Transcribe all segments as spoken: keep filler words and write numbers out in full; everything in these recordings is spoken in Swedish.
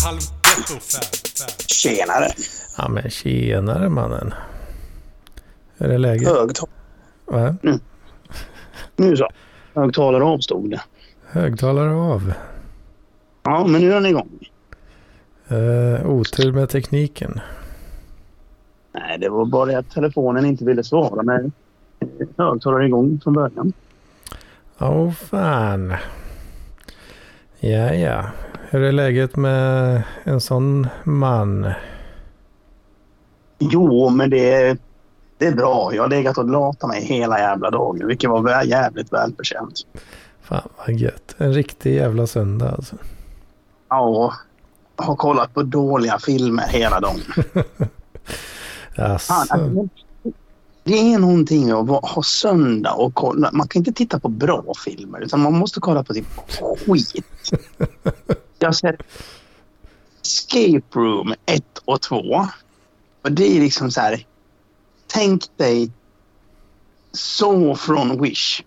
Tjenare. Ja men tjenare mannen. Hur är läget? Högtalare. Va? Nu. Nu så. Högtalare av stod det. Högtalare av. Ja, men nu är den igång. Uh, otur med tekniken. Nej, det var bara att telefonen inte ville svara med högtalare igång från början. Åh oh, fan. Ja, ja. Hur är läget med en sån man? Jo, men det är, det är bra. Jag har legat och latat mig hela jävla dagen, vilket var jävligt välförtjänt. Fan vad gött. En riktig jävla söndag alltså. Ja, jag har kollat på dåliga filmer hela dagen. Alltså. Fan, alltså, det är någonting med att ha söndag och kolla. Man kan inte titta på bra filmer, utan man måste kolla på typ skit. Jag har sett Escape Room ett och två. Och det är liksom så här. Tänk dig så från Wish.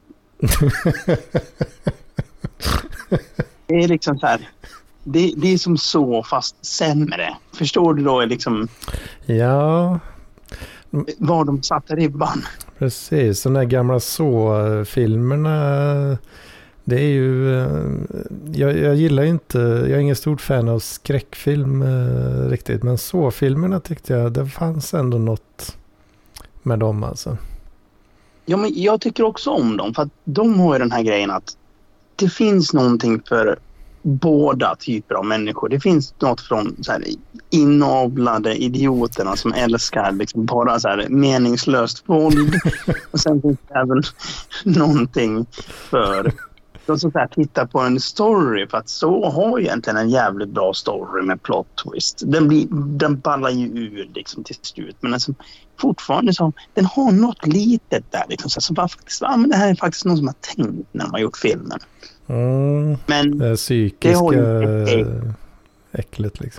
Det är liksom så här. Det, det är som så fast sämre. Förstår du då liksom? Ja. Var de satte ribban. Precis, de där gamla så-filmerna, det är ju, jag, jag gillar inte, jag är ingen stort fan av skräckfilm eh, riktigt, men så-filmerna tyckte jag, det fanns ändå något med dem alltså. Ja, men jag tycker också om dem, för att de har ju den här grejen att det finns någonting för båda typer av människor. Det finns något från så här inavlade idioterna som älskar liksom bara så här meningslöst våld. Och sen finns det även någonting för de som så här tittar på en story, för att så har ju egentligen en jävligt bra story med plot twist. Den, blir, den ballar ju ur liksom till slut, men alltså, fortfarande så den har något litet där liksom, så, så bara faktiskt, ja, men det här är faktiskt någon som har tänkt när man har gjort filmen. Mm, men det psykiska det äcklet liksom.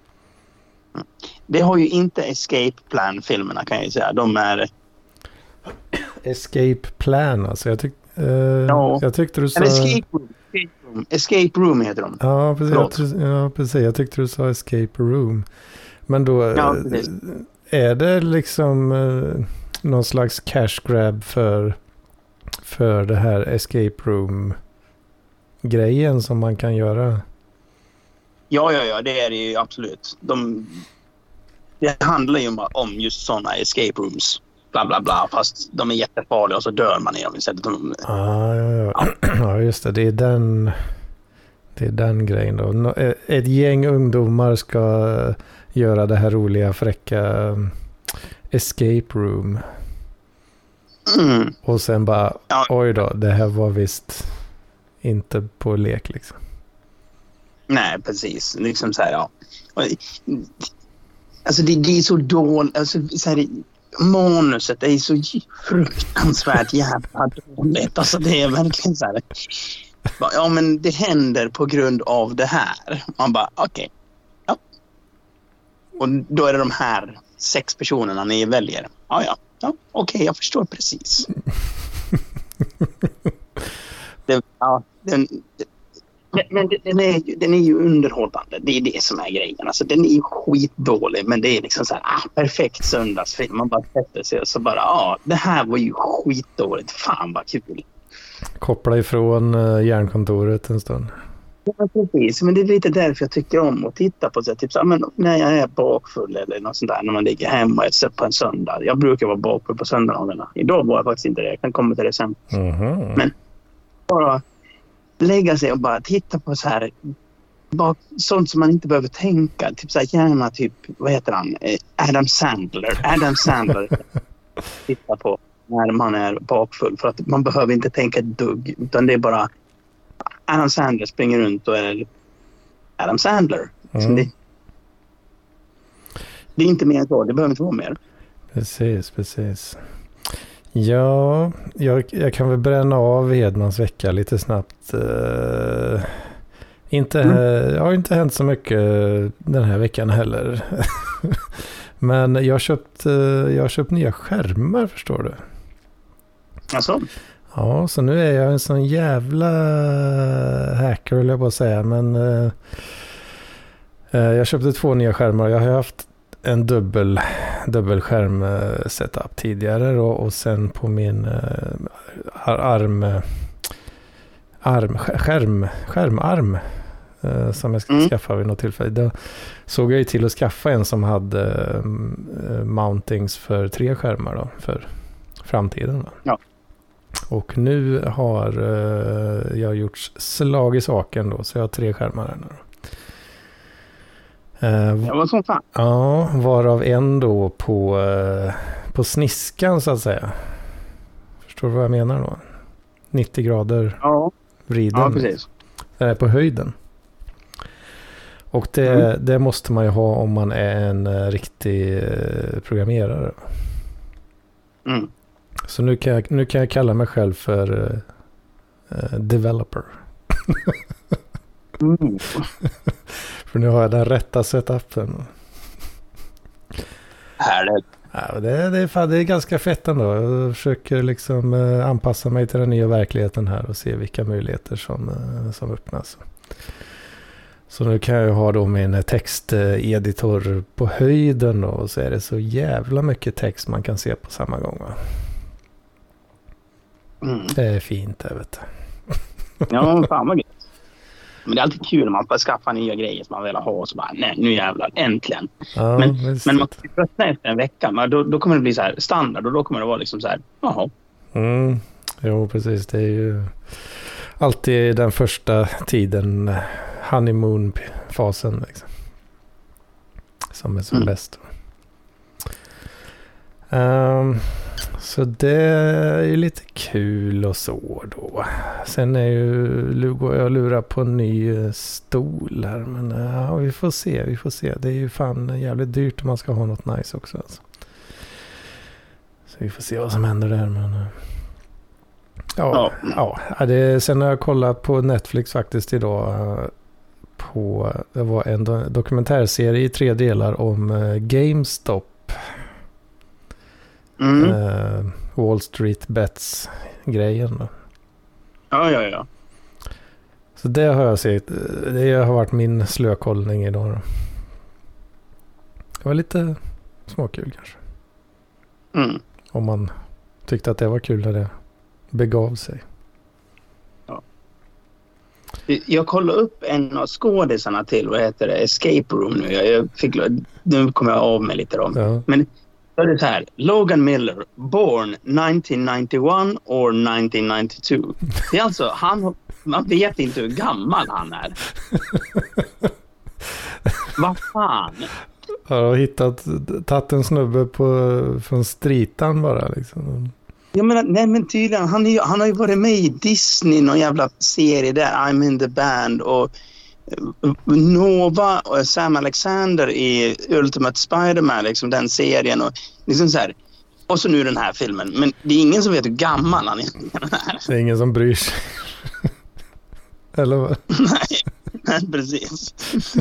Det har ju inte Escape Plan-filmerna, kan jag ju säga. De är Escape Plan alltså. Jag, tyck, eh, ja. jag tyckte du sa Escape Room. Escape Room. Escape Room heter de. Ja precis, jag, tro... ja, precis. Jag tyckte du sa Escape Room. Men då ja, är det liksom eh, någon slags cash grab för för det här Escape Room grejen som man kan göra. Ja, ja, ja, det är det ju absolut. De, det handlar ju om just sådana escape rooms. Bla, bla, bla. Fast de är jättefarliga och så dör man i dem istället. De, ah, ja, ja. Ja. Ja, just det. Det är den, det är den grejen då. Ett gäng ungdomar ska göra det här roliga, fräcka escape room. Mm. Och sen bara, ja. Oj då, det här var visst inte på lek liksom. Nej, precis. Liksom så här, ja. Alltså det, det är så dåligt. Alltså, så här, manuset är så fruktansvärt jävla dåligt. Alltså det är verkligen så här. Ja, men det händer på grund av det här. Man bara, okej. Okay. Ja. Och då är det de här sex personerna ni väljer. Ja, ja. Ja, okej, okay, jag förstår precis. det, ja, den, men men den, är, den är ju underhållande. Det är det som är grejen. Alltså, den är ju skitdålig, men det är liksom så här, ah, perfekt söndagsfilm. Man bara sätter sig och så bara, ja, ah, det här var ju skitdåligt. Fan vad kul. Koppla ifrån uh, järnkontoret en stund. Ja, precis. Men det är lite därför jag tycker om att titta på så här, typ så här, men när jag är bakfull eller något sånt där, när man ligger hemma och sett på en söndag. Jag brukar vara bakfull på söndagarna. Idag var jag faktiskt inte det. Jag kan komma till det sen. Mm-hmm. Men bara lägga sig och bara titta på så här, bara sånt som man inte behöver tänka. Typ så här, gärna typ, vad heter han? Adam Sandler. Adam Sandler. Titta på när man är bakfull, för att man behöver inte tänka ett dugg, utan det är bara Adam Sandler springer runt och är Adam Sandler. Mm. Det, det är inte mer än så, det behöver inte vara mer. Precis, precis. Ja, jag, jag kan väl bränna av Hedmans vecka lite snabbt. Uh, inte, mm. Jag har inte hänt så mycket den här veckan heller. Men jag har köpt, uh, jag har köpt nya skärmar, förstår du. Alltså? Ja, så nu är jag en sån jävla hacker, vill jag bara säga. Men uh, Jag köpte två nya skärmar. Jag har haft en dubbel, dubbel skärm setup tidigare då, och sen på min arm, arm skärm, skärmarm som jag ska mm. skaffa vid något tillfälle. Då såg jag ju till att skaffa en som hade mountings för tre skärmar då, för framtiden. Va? Ja. Och nu har jag gjort slag i saken då, så jag har tre skärmar här nu då. Uh, det var som fan. Ja, varav en då på, uh, på sniskan så att säga. Förstår du vad jag menar då? nittio grader ja. vriden. Ja, precis. Det är på höjden. Och det, mm. det måste man ju ha om man är en uh, riktig uh, programmerare. Mm. Så nu kan, jag, nu kan jag kalla mig själv för uh, uh, developer. Mm. För nu har jag den rätta setupen. Härligt. Ja, det, det, är, fan, det är ganska fett ändå. Jag försöker liksom eh, anpassa mig till den nya verkligheten här och se vilka möjligheter som, eh, som öppnas. Så nu kan jag ha då min texteditor på höjden och så är det så jävla mycket text man kan se på samma gång. Va? Mm. Det är fint, jag vet. Ja, fan vad gött. Men det är alltid kul när man får skaffa nya grejer som man vill ha och så bara, nej, nu jävlar, äntligen. Ja, men, men man kan tröttna efter en vecka, men då, då kommer det bli så här standard och då kommer det vara liksom så här, jaha. Mm, jo, precis. Det är ju alltid den första tiden, honeymoon-fasen liksom, som är som mm. bäst. Um, så det är ju lite kul och så då. Sen är ju går jag och lurar på en ny stol här, men ja, vi får se, vi får se. Det är ju fan jävligt dyrt om man ska ha något nice också alltså. Så vi får se vad som händer där, men ja, ja. ja det, sen har jag kollat på Netflix faktiskt idag på, det var en do- dokumentärserie i tre delar om uh, GameStop. Mm. Uh, Wall Street Bets grejen då. Ja, ja, ja. Så det har jag sett. Det har varit min slökollning idag då. Det var lite småkul kanske. Mm. Om man tyckte att det var kul när det begav sig. Ja. Jag kollade upp en av skådisarna till, vad heter det, Escape Room nu. Jag fick, nu kommer jag av mig lite då. Ja. Men så är det så här, Logan Miller, born nittonhundranittioett or nittonhundranittiotvå. Det är alltså, han, man vet inte hur gammal han är. Vad fan? Jag har hittat, tagit en snubbe på, från stritan bara liksom. Jag menar, nej men tydligen, han, är, han har ju varit med i Disney, någon jävla serie där, I'm in the band, och Nova och Sam Alexander i Ultimate Spider-Man, liksom den serien och liksom så här. Och så nu den här filmen, men det är ingen som vet hur gammal han egentligen är. Det är ingen som bryr sig. Eller vad? Nej, nej precis.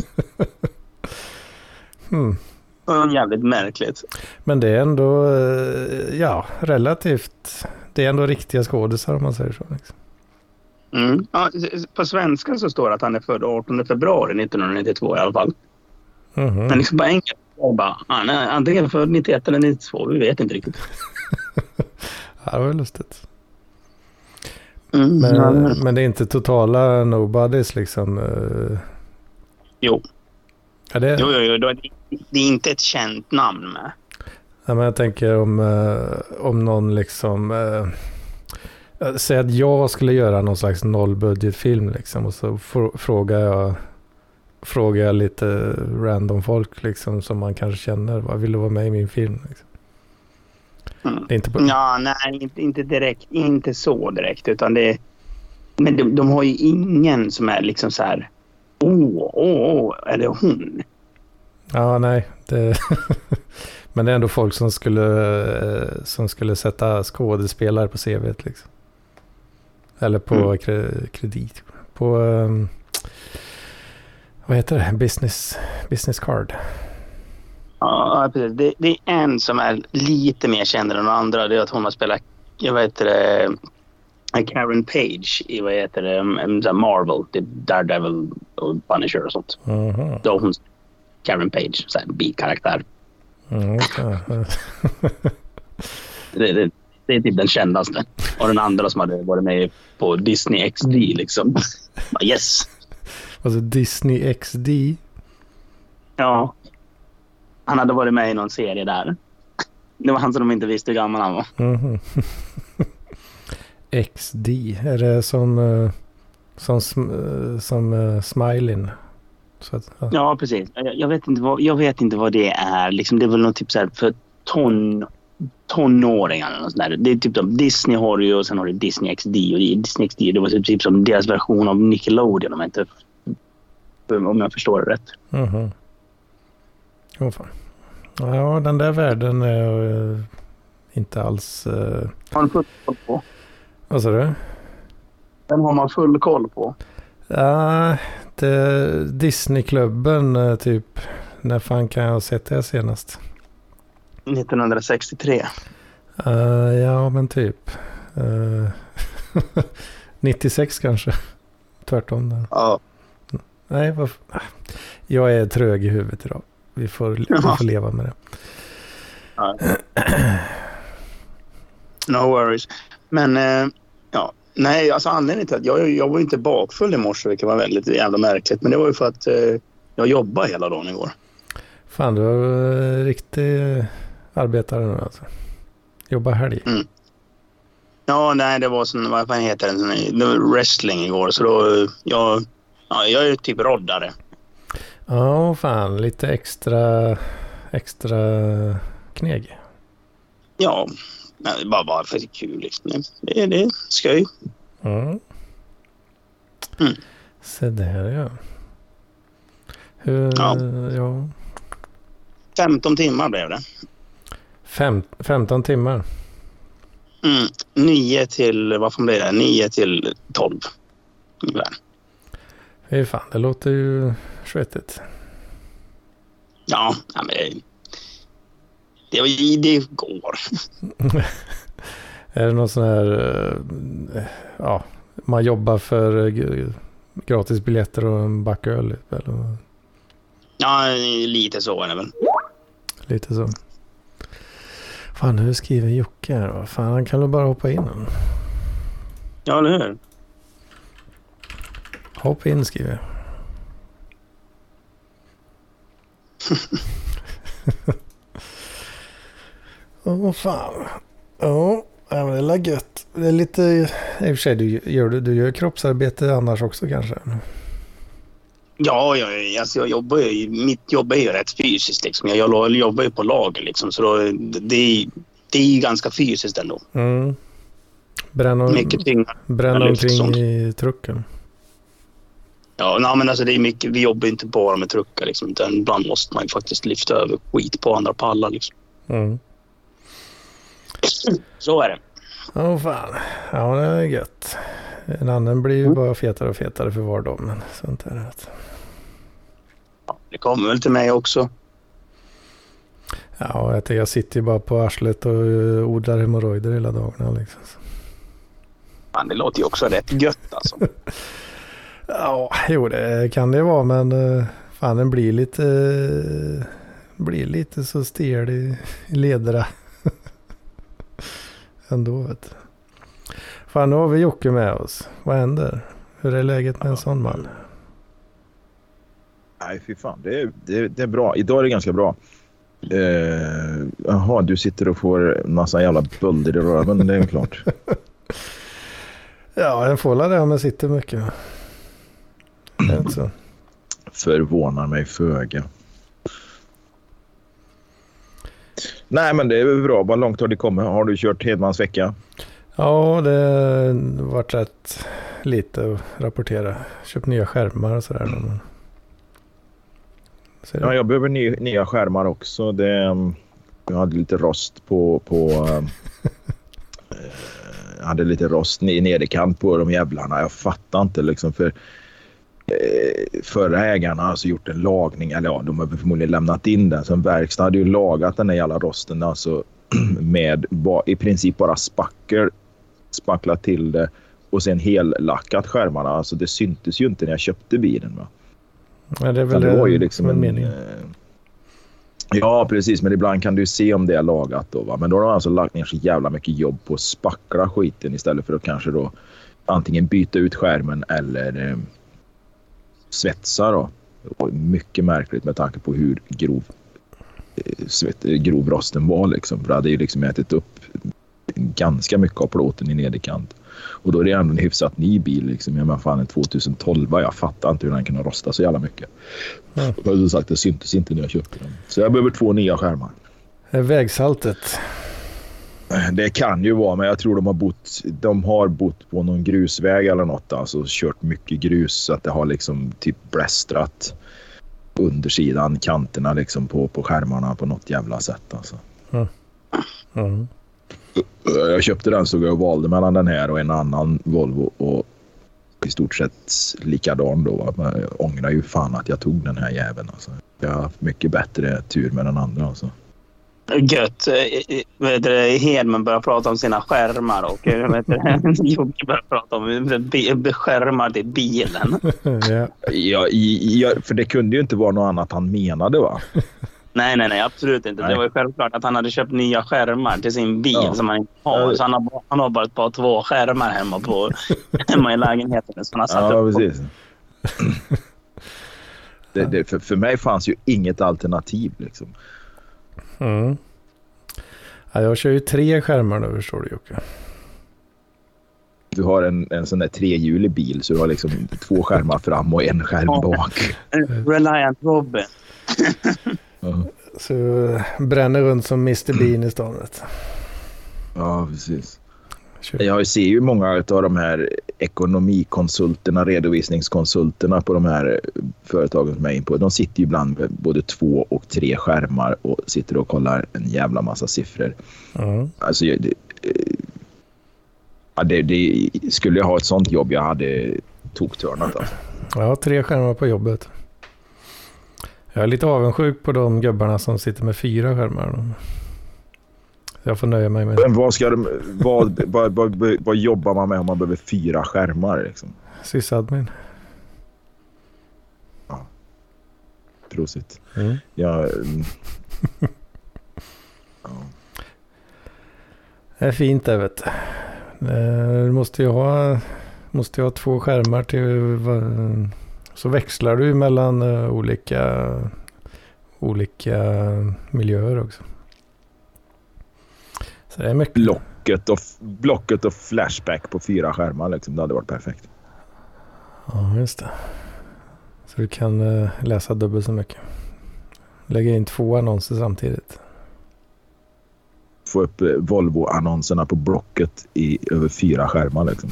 hmm. Jävligt märkligt. Men det är ändå ja, relativt, det är ändå riktiga skådisar om man säger så liksom. Mm. Ja, på svenska så står det att han är född artonde februari nittonhundranittiotvå i alla fall. Mm-hmm. Men liksom på engelska bara, han är antingen född nittioett eller nittiotvå, vi vet inte riktigt. Ja, det var lustigt. Mm, men, ja. men det är inte totala nobodies liksom. Uh... Jo. Ja, det... Jo, jo, jo. Det är inte ett känt namn med. Ja, men jag tänker om, uh, om någon liksom... Uh... Säg att jag skulle göra någon slags nollbudgetfilm liksom, och så fr- frågar jag frågar jag lite random folk liksom, som man kanske känner, vad vill du vara med i min film liksom. Mm. Det är inte på... Ja, nej, inte, inte direkt, inte så direkt, utan det, men de, de har ju ingen som är liksom så här, åh, åh, åh, är det hon? Ja, nej, det men det är ändå folk som skulle som skulle sätta skådespelare på C V:t liksom. Eller på mm. kre- kredit. På, um, vad heter det? Business, business card. Ja, precis. Det, det är en som är lite mer känd än den andra. Det är att hon har spelat, jag vet det, Karen Page i, vad heter det, Marvel, det Daredevil och Punisher och sånt. Mm-hmm. Då hon Karen Page, så här, bikaraktär. Mm, okay. det, det, det är typ den kändaste. Och den andra som hade varit med på Disney X D liksom. Yes. Alltså Disney X D? Ja. Han hade varit med i någon serie där. Det var han som de inte visste hur gammal han var. Mm-hmm. X D, är det som uh, som, uh, som uh, Smiling? Så att, ja. ja, precis. Jag, jag, vet inte vad, jag vet inte vad det är. Liksom, det är väl något typ så här för ton, tonåringar eller något sånt där. Det är typ som Disney har ju och sen har du Disney X D och Disney X D det var typ som deras version av Nickelodeon om jag inte om jag förstår det rätt. Mhm. Oh, fan. Ja, den där världen är uh, inte alls... Uh... Har man full koll på? Vad sa du? Den har man full koll på. Ja, det, Disneyklubben uh, typ. När fan kan jag ha sett det senast? nittonhundrasextiotre. Uh, ja, men typ. Uh, nittiosex kanske. Tvärtom. Där. Ja. Nej, vad... jag är trög i huvudet idag. Vi får, vi får leva med det. Ja. No worries. Men eh, ja, nej, alltså anledningen till att jag, jag var inte bakfull i morse, vilket var väldigt jävla märkligt. Men det var ju för att eh, jag jobbade hela dagen igår. Fan, du var riktig arbetare nu alltså. Jobba helg. Mm. Ja, nej, det var sån, vad fan heter den? Det var wrestling igår, så då, jag, ja, jag är ju typ roddare. Ja, fan, lite extra extra kneg. Ja, bara, bara för kul liksom. Det är det, skoj. Mm. Mm. Så där, ja. Hur, ja. ja. femton timmar blev det. Fem, femton timmar? Mm. nio till, vad får bli det? nio till tolv. Ungefär. Fy fan, det låter ju svettigt. Ja, ja men det, det, det går. Är det någon sån här, ja, man jobbar för gratis biljetter och en back öl? Eller? Ja, lite så är det väl. Lite så. Fan, hur skriver Jocke här då? Fan, han kan väl bara hoppa in. Ja, eller hur? Hopp in, skriver jag. Åh, oh, fan. Ja, men det är la gött. Det är lite... I och för sig, du gör, du gör kroppsarbete annars också kanske? Ja, jag, alltså jag jobbar ju... Mitt jobb är ju rätt fysiskt liksom. Jag, jag jobbar ju på lager liksom. Så då, det, det är ju ganska fysiskt ändå. Mm. Bränna, mycket tyngre. Bränna omkring i trucken. Ja, nej, men alltså det är mycket, vi jobbar inte bara med truckar liksom, utan ibland måste man ju faktiskt lyfta över skit på andra pallar liksom. Mm. Så är det. Åh oh, fan, ja det är gött. En annan blir ju mm. bara fetare och fetare för var dag, men sånt är det. Ja, det kommer väl till mig också. Ja, jag, jag sitter ju bara på arslet och odlar hemorrojder hela dagarna liksom. Fan, det låter ju också rätt gött alltså. Ja, jo det kan det vara, men fan den blir lite blir lite så stel i, i lederna ändå, vet du. Fan, nu har vi Jocke med oss. Vad händer? Hur är läget med ja, en sån man? Nej, fy fan. Det är, det, det är bra. Idag är det ganska bra. Eh, jaha, du sitter och får en massa jävla bölder i röven, det är klart. Ja, en fåla där men sitter mycket. Så. Förvånar mig föga. Nej, men det är bra. Vad långt har det kommit? Har du kört Hedmans vecka? Ja, det har varit rätt lite att rapportera. Köpt nya skärmar och sådär. Mm. Så ja, jag behöver ny, nya skärmar också. Det, jag hade lite rost på... på äh, jag hade lite rost i nederkant på de jävlarna. Jag fattar inte liksom för... Förra ägarna har alltså gjort en lagning, eller ja, de har förmodligen lämnat in den. Så en verkstad hade ju lagat den här jävla rosten alltså med i princip bara spacker, spacklat till det och sen hellackat skärmarna. Alltså det syntes ju inte när jag köpte bilen, va? Ja, det är väl det var ju det liksom en mening. Eh, ja, precis. Men ibland kan du se om det är lagat då, va? Men då har de alltså lagt ner så jävla mycket jobb på att spackla skiten istället för att kanske då antingen byta ut skärmen eller eh, svetsa då. Det var mycket märkligt med tanke på hur grov, eh, svett, grov rosten var liksom. För det hade ju liksom ätit upp ganska mycket av plåten i nederkant. Och då är det ändå en hyfsat ny bil liksom. Jag menar fan en tjugohundratolv, jag fattar inte hur den kunde rosta så jävla mycket. Mm. Och som sagt, det syntes inte när jag köpte den. Så jag behöver två nya skärmar. Vägsaltet. Det kan ju vara, men jag tror de har bott de har bott på någon grusväg eller något, alltså kört mycket grus så att det har liksom typ blästrat undersidan, kanterna liksom på, på skärmarna på något jävla sätt alltså. Mm. Mm. Jag köpte den så jag valde mellan den här och en annan Volvo och i stort sett likadan då. Men jag ångrar ju fan att jag tog den här jäveln alltså. Jag har haft mycket bättre tur med den andra alltså. Gött. Hedman börjar prata om sina skärmar och Jocke börjar prata om skärmar till bilen. Ja. Ja, ja, för det kunde ju inte vara något annat han menade, va? Nej, nej, nej, absolut inte. Nej. Det var ju självklart att han hade köpt nya skärmar till sin bil ja. Som han inte har. Så han har, han har bara ett par två skärmar hemma, på, hemma i lägenheten. Så han har satt ja, upp precis. det, det, för, för mig fanns ju inget alternativ liksom. Mm. Ja, jag kör ju tre skärmar då, förstår du Jocke. Du har en, en sån där trehjulig bil så du har liksom två skärmar fram och en skärm bak. Reliant Robin. uh-huh. Så bränner runt som mister Bean i ståndet. Ja, precis. Kör. Jag ser ju många av de här ekonomikonsulterna, redovisningskonsulterna på de här företagen som jag är in på. De sitter ju ibland med både två och tre skärmar och sitter och kollar en jävla massa siffror. Mm. Alltså, det, det, det, skulle jag ha ett sånt jobb jag hade toktörnat alltså. Ja, tre skärmar på jobbet. Jag är lite avundsjuk på de gubbarna som sitter med fyra skärmar. Jag får nöja mig med. Men vad, ska de, vad, vad, vad, vad jobbar man med om man behöver fyra skärmar? Liksom? Sysadmin. Ja. Prosit. Mm. Ja, mm. ja. Det är fint det, vet du. Du måste ju ha, måste ju ha två skärmar till. Så växlar du mellan olika, olika miljöer också. Så det är mycket. Blocket och, blocket och flashback på fyra skärmar liksom. Det hade varit perfekt. Ja, just det. Så du kan uh, läsa dubbelt så mycket. Lägga in två annonser samtidigt. Få upp uh, Volvo-annonserna på blocket i över fyra skärmar liksom.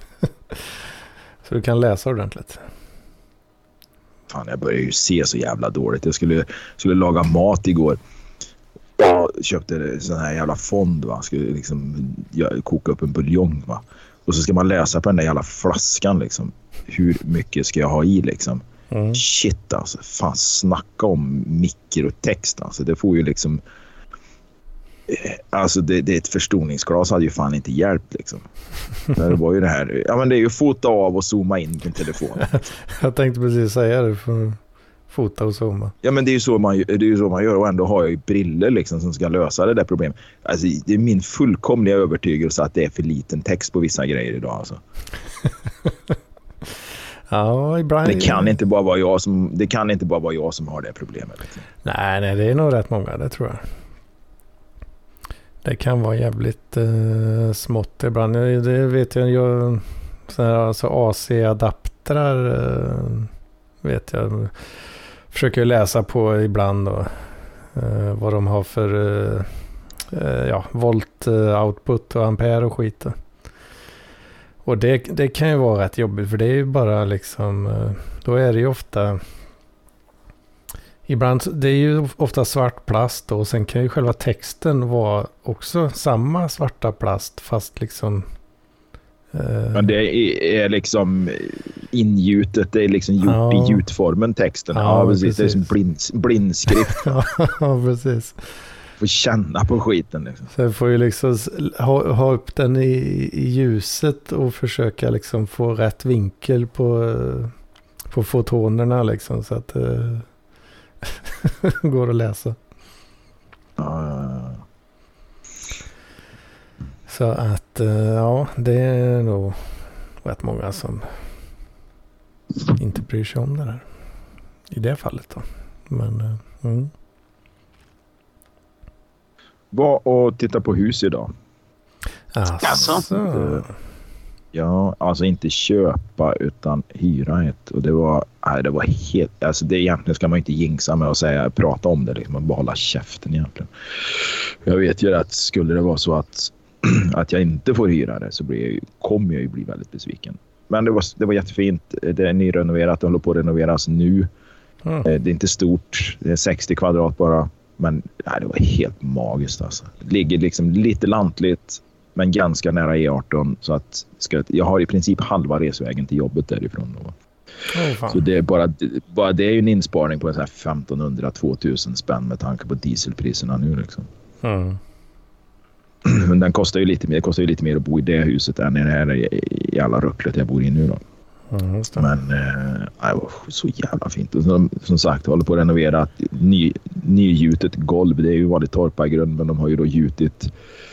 Så du kan läsa ordentligt. Fan, jag börjar ju se så jävla dåligt. Jag skulle, skulle laga mat igår. Jag köpte sån här jävla fond, va. Skulle liksom koka upp en buljong, va. Och så ska man läsa på den där jävla flaskan liksom. Hur mycket ska jag ha i liksom? Mm. Shit alltså. Fan, snacka om mikrotext alltså. Det får ju liksom... Alltså det, det är ett förstoringsglas hade ju fan inte hjälpt liksom. Det var ju det här. Ja, men det är ju fota av och zooma in på telefonen. Jag tänkte precis säga det, för fota och zooma. Ja, men det är ju så man, det är ju så man gör, och ändå har jag ju briller liksom som ska lösa det där problemet. Alltså det är min fullkomliga övertygelse att det är för liten text på vissa grejer idag alltså. Ja, ibland... Det kan inte bara vara jag som det kan inte bara vara jag som har det problemet liksom. Nej, nej, det är nog rätt många, det tror jag. Det kan vara jävligt eh, smått ibland. Det vet jag, jag så här, alltså A C-adaptrar eh, vet jag. Försöker läsa på ibland då, eh, vad de har för eh, ja, volt eh, output och ampere och skit. Och det, det kan ju vara rätt jobbigt, för det är ju bara liksom, eh, då är det ju ofta... Ibland, det är ju ofta svart plast då, och sen kan ju själva texten vara också samma svarta plast fast liksom... Eh... Men det är, är liksom ingjutet, det är liksom gjort ja. i gjutformen texten. Ja, ja precis. precis. Det är som blind, blindskrift. Ja, precis. Får känna på skiten liksom. Sen får ju liksom ha, ha upp den i, i ljuset och försöka liksom få rätt vinkel på... på fotonerna liksom så att det går att läsa. Uh. Så att ja, det är nog rätt många som inte bryr sig om det där. I det fallet då. Men mm. Var och titta på hus idag. Alltså. Uh, ja, alltså inte köpa utan hyra ett. Och det var, nej, det var helt, alltså det egentligen ska man inte jinxa med att säga, prata om det liksom, man bara hålla käften egentligen. Jag vet ju att skulle det vara så att att jag inte får hyra det så blir jag, kommer jag ju bli väldigt besviken. Men det var, det var jättefint. Det är nyrenoverat, det håller på att renoveras nu. Mm. Det är inte stort, det är sextio kvadrat bara. Men nej, det var helt magiskt alltså. Det ligger liksom lite lantligt men ganska nära E arton. Så att ska, jag har i princip halva resvägen till jobbet därifrån. Oh, så det är bara, bara det är ju en insparing på en så här femtonhundra till tvåtusen spänn med tanke på dieselpriserna nu liksom. Mm. Men den kostar ju lite mer, det kostar ju lite mer att bo i det huset än i det här i alla rucklet jag bor i nu då. Mm, men eh, det var så jävla fint. Och som, som sagt, håller på att renovera ny, nygjutet golv. Det är ju vanligt torpargrund, men de har ju då gjutit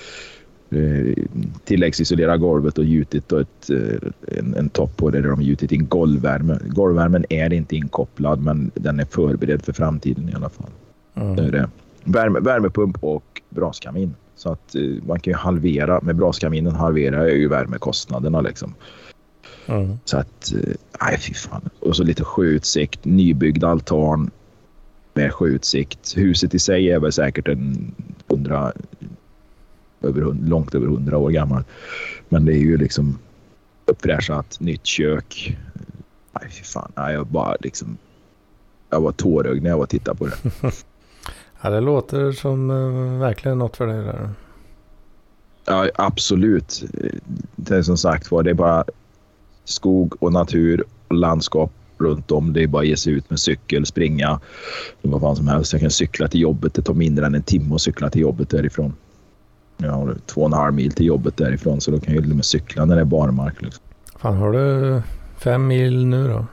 eh, tilläggsisolera golvet och gjutit då ett, eh, en, en topp på det där de har gjutit in golvvärme. Golvvärmen är inte inkopplad, men den är förberedd för framtiden i alla fall. Mm. Det är det. Värme, värmepump och braskamin. Så att eh, man kan ju halvera, med braskaminen halverar ju värmekostnaderna liksom. Mm. Så att, nej fy fan. Och så lite sjöutsikt, nybyggd altan med sjöutsikt. Huset i sig är väl säkert en hundra, över, långt över hundra år gammal. Men det är ju liksom uppfräschat, nytt kök. Nej fy fan, nej, jag bara liksom, jag var tårögd när jag var tittade på det. Ja, det låter som uh, verkligen något för dig där. Ja, absolut. Det är som sagt var, det är bara skog och natur och landskap runt om. Det är bara att ge sig ut med cykel, springa, vad fan som helst. Jag kan cykla till jobbet. Det tar mindre än en timme att cykla till jobbet därifrån. Jag har två och en halv mil till jobbet därifrån, så då kan jag ju med cykla när det är barmark. Liksom. Fan, har du fem mil nu då?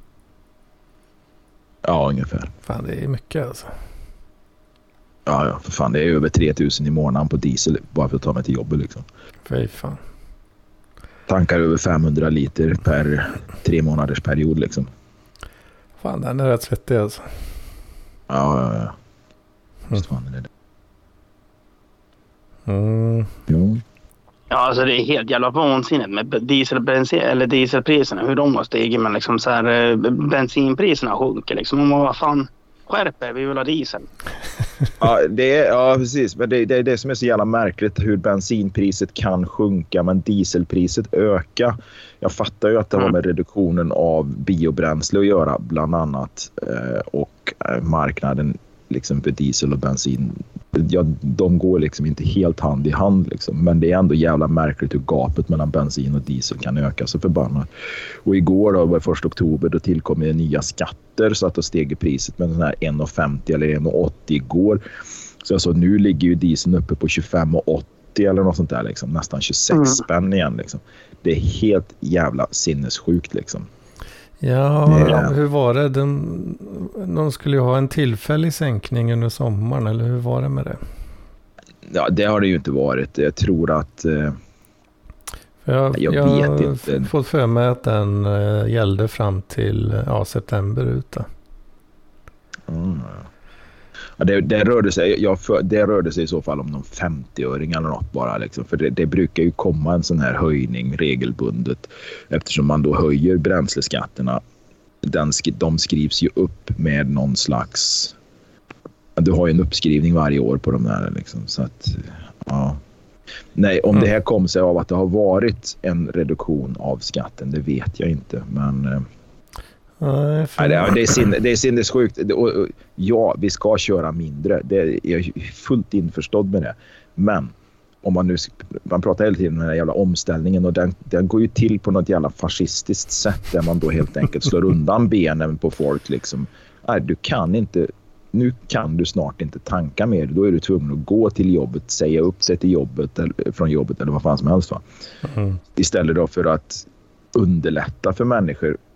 Ja, ungefär. Fan, det är mycket alltså. Ja, ja, för fan. Det är över tre tusen i månaden på diesel bara för att ta mig till jobbet liksom. Fy fan. Tankar över femhundra liter per tre månaders period liksom. Fan, den är rätt svettig alltså. Ja, ja, ja. Just fan är det. Mm. Jo. Ja, alltså det är helt jävla vansinnigt med dieselbensin eller dieselpriserna, hur de har stigit, men liksom så här bensinpriserna sjunker liksom. Och man, vad fan, skärper, vi vill ha diesel. Ja, det är, ja, precis. Men det, det är det som är så jävla märkligt, hur bensinpriset kan sjunka men dieselpriset öka. Jag fattar ju att det har med reduktionen av biobränsle att göra bland annat, eh, och eh, marknaden liksom för diesel och bensin. Ja, de går liksom inte helt hand i hand liksom. Men det är ändå jävla märkligt hur gapet mellan bensin och diesel kan öka så förbannat. Och igår då, var första oktober, då tillkom det nya skatter så att då steg priset med den här en femtio eller en åttio igår. Så alltså, nu ligger ju dieseln uppe på tjugofem åttio eller något sånt där liksom. Nästan tjugosex mm. spänn igen liksom. Det är helt jävla sinnessjukt liksom. Ja, ja, hur var det? De, de skulle ju ha en tillfällig sänkning under sommaren, eller hur var det med det? Ja, det har det ju inte varit. Jag tror att... Eh, jag jag, jag vet inte. Jag har fått för mig att den eh, gällde fram till ja, september ute. Mm. Ja, det, det, rörde sig, jag, det rörde sig i så fall om någon femtio-öring eller något bara. Liksom. För det, det brukar ju komma en sån här höjning regelbundet. Eftersom man då höjer bränsleskatterna. Den, de skrivs ju upp med någon slags... Du har ju en uppskrivning varje år på de där. Liksom. Så att, ja. Nej, om mm. det här kom sig av att det har varit en reduktion av skatten, det vet jag inte. Men... Nej, det är, det är, sinne, det är sinnessjukt. Och, och, ja, vi ska köra mindre. Det är, jag är fullt införstådd med det. Men om man nu man pratar hela tiden om den här jävla omställningen, och den, den går ju till på något jävla fascistiskt sätt där man då helt enkelt slår undan benen på folk liksom. Nej, du kan inte, nu kan du snart inte tanka mer. Då är du tvungen att gå till jobbet, säga upp sig till jobbet eller, från jobbet eller vad fan som helst va. Mm. Istället då för att underlätta för människor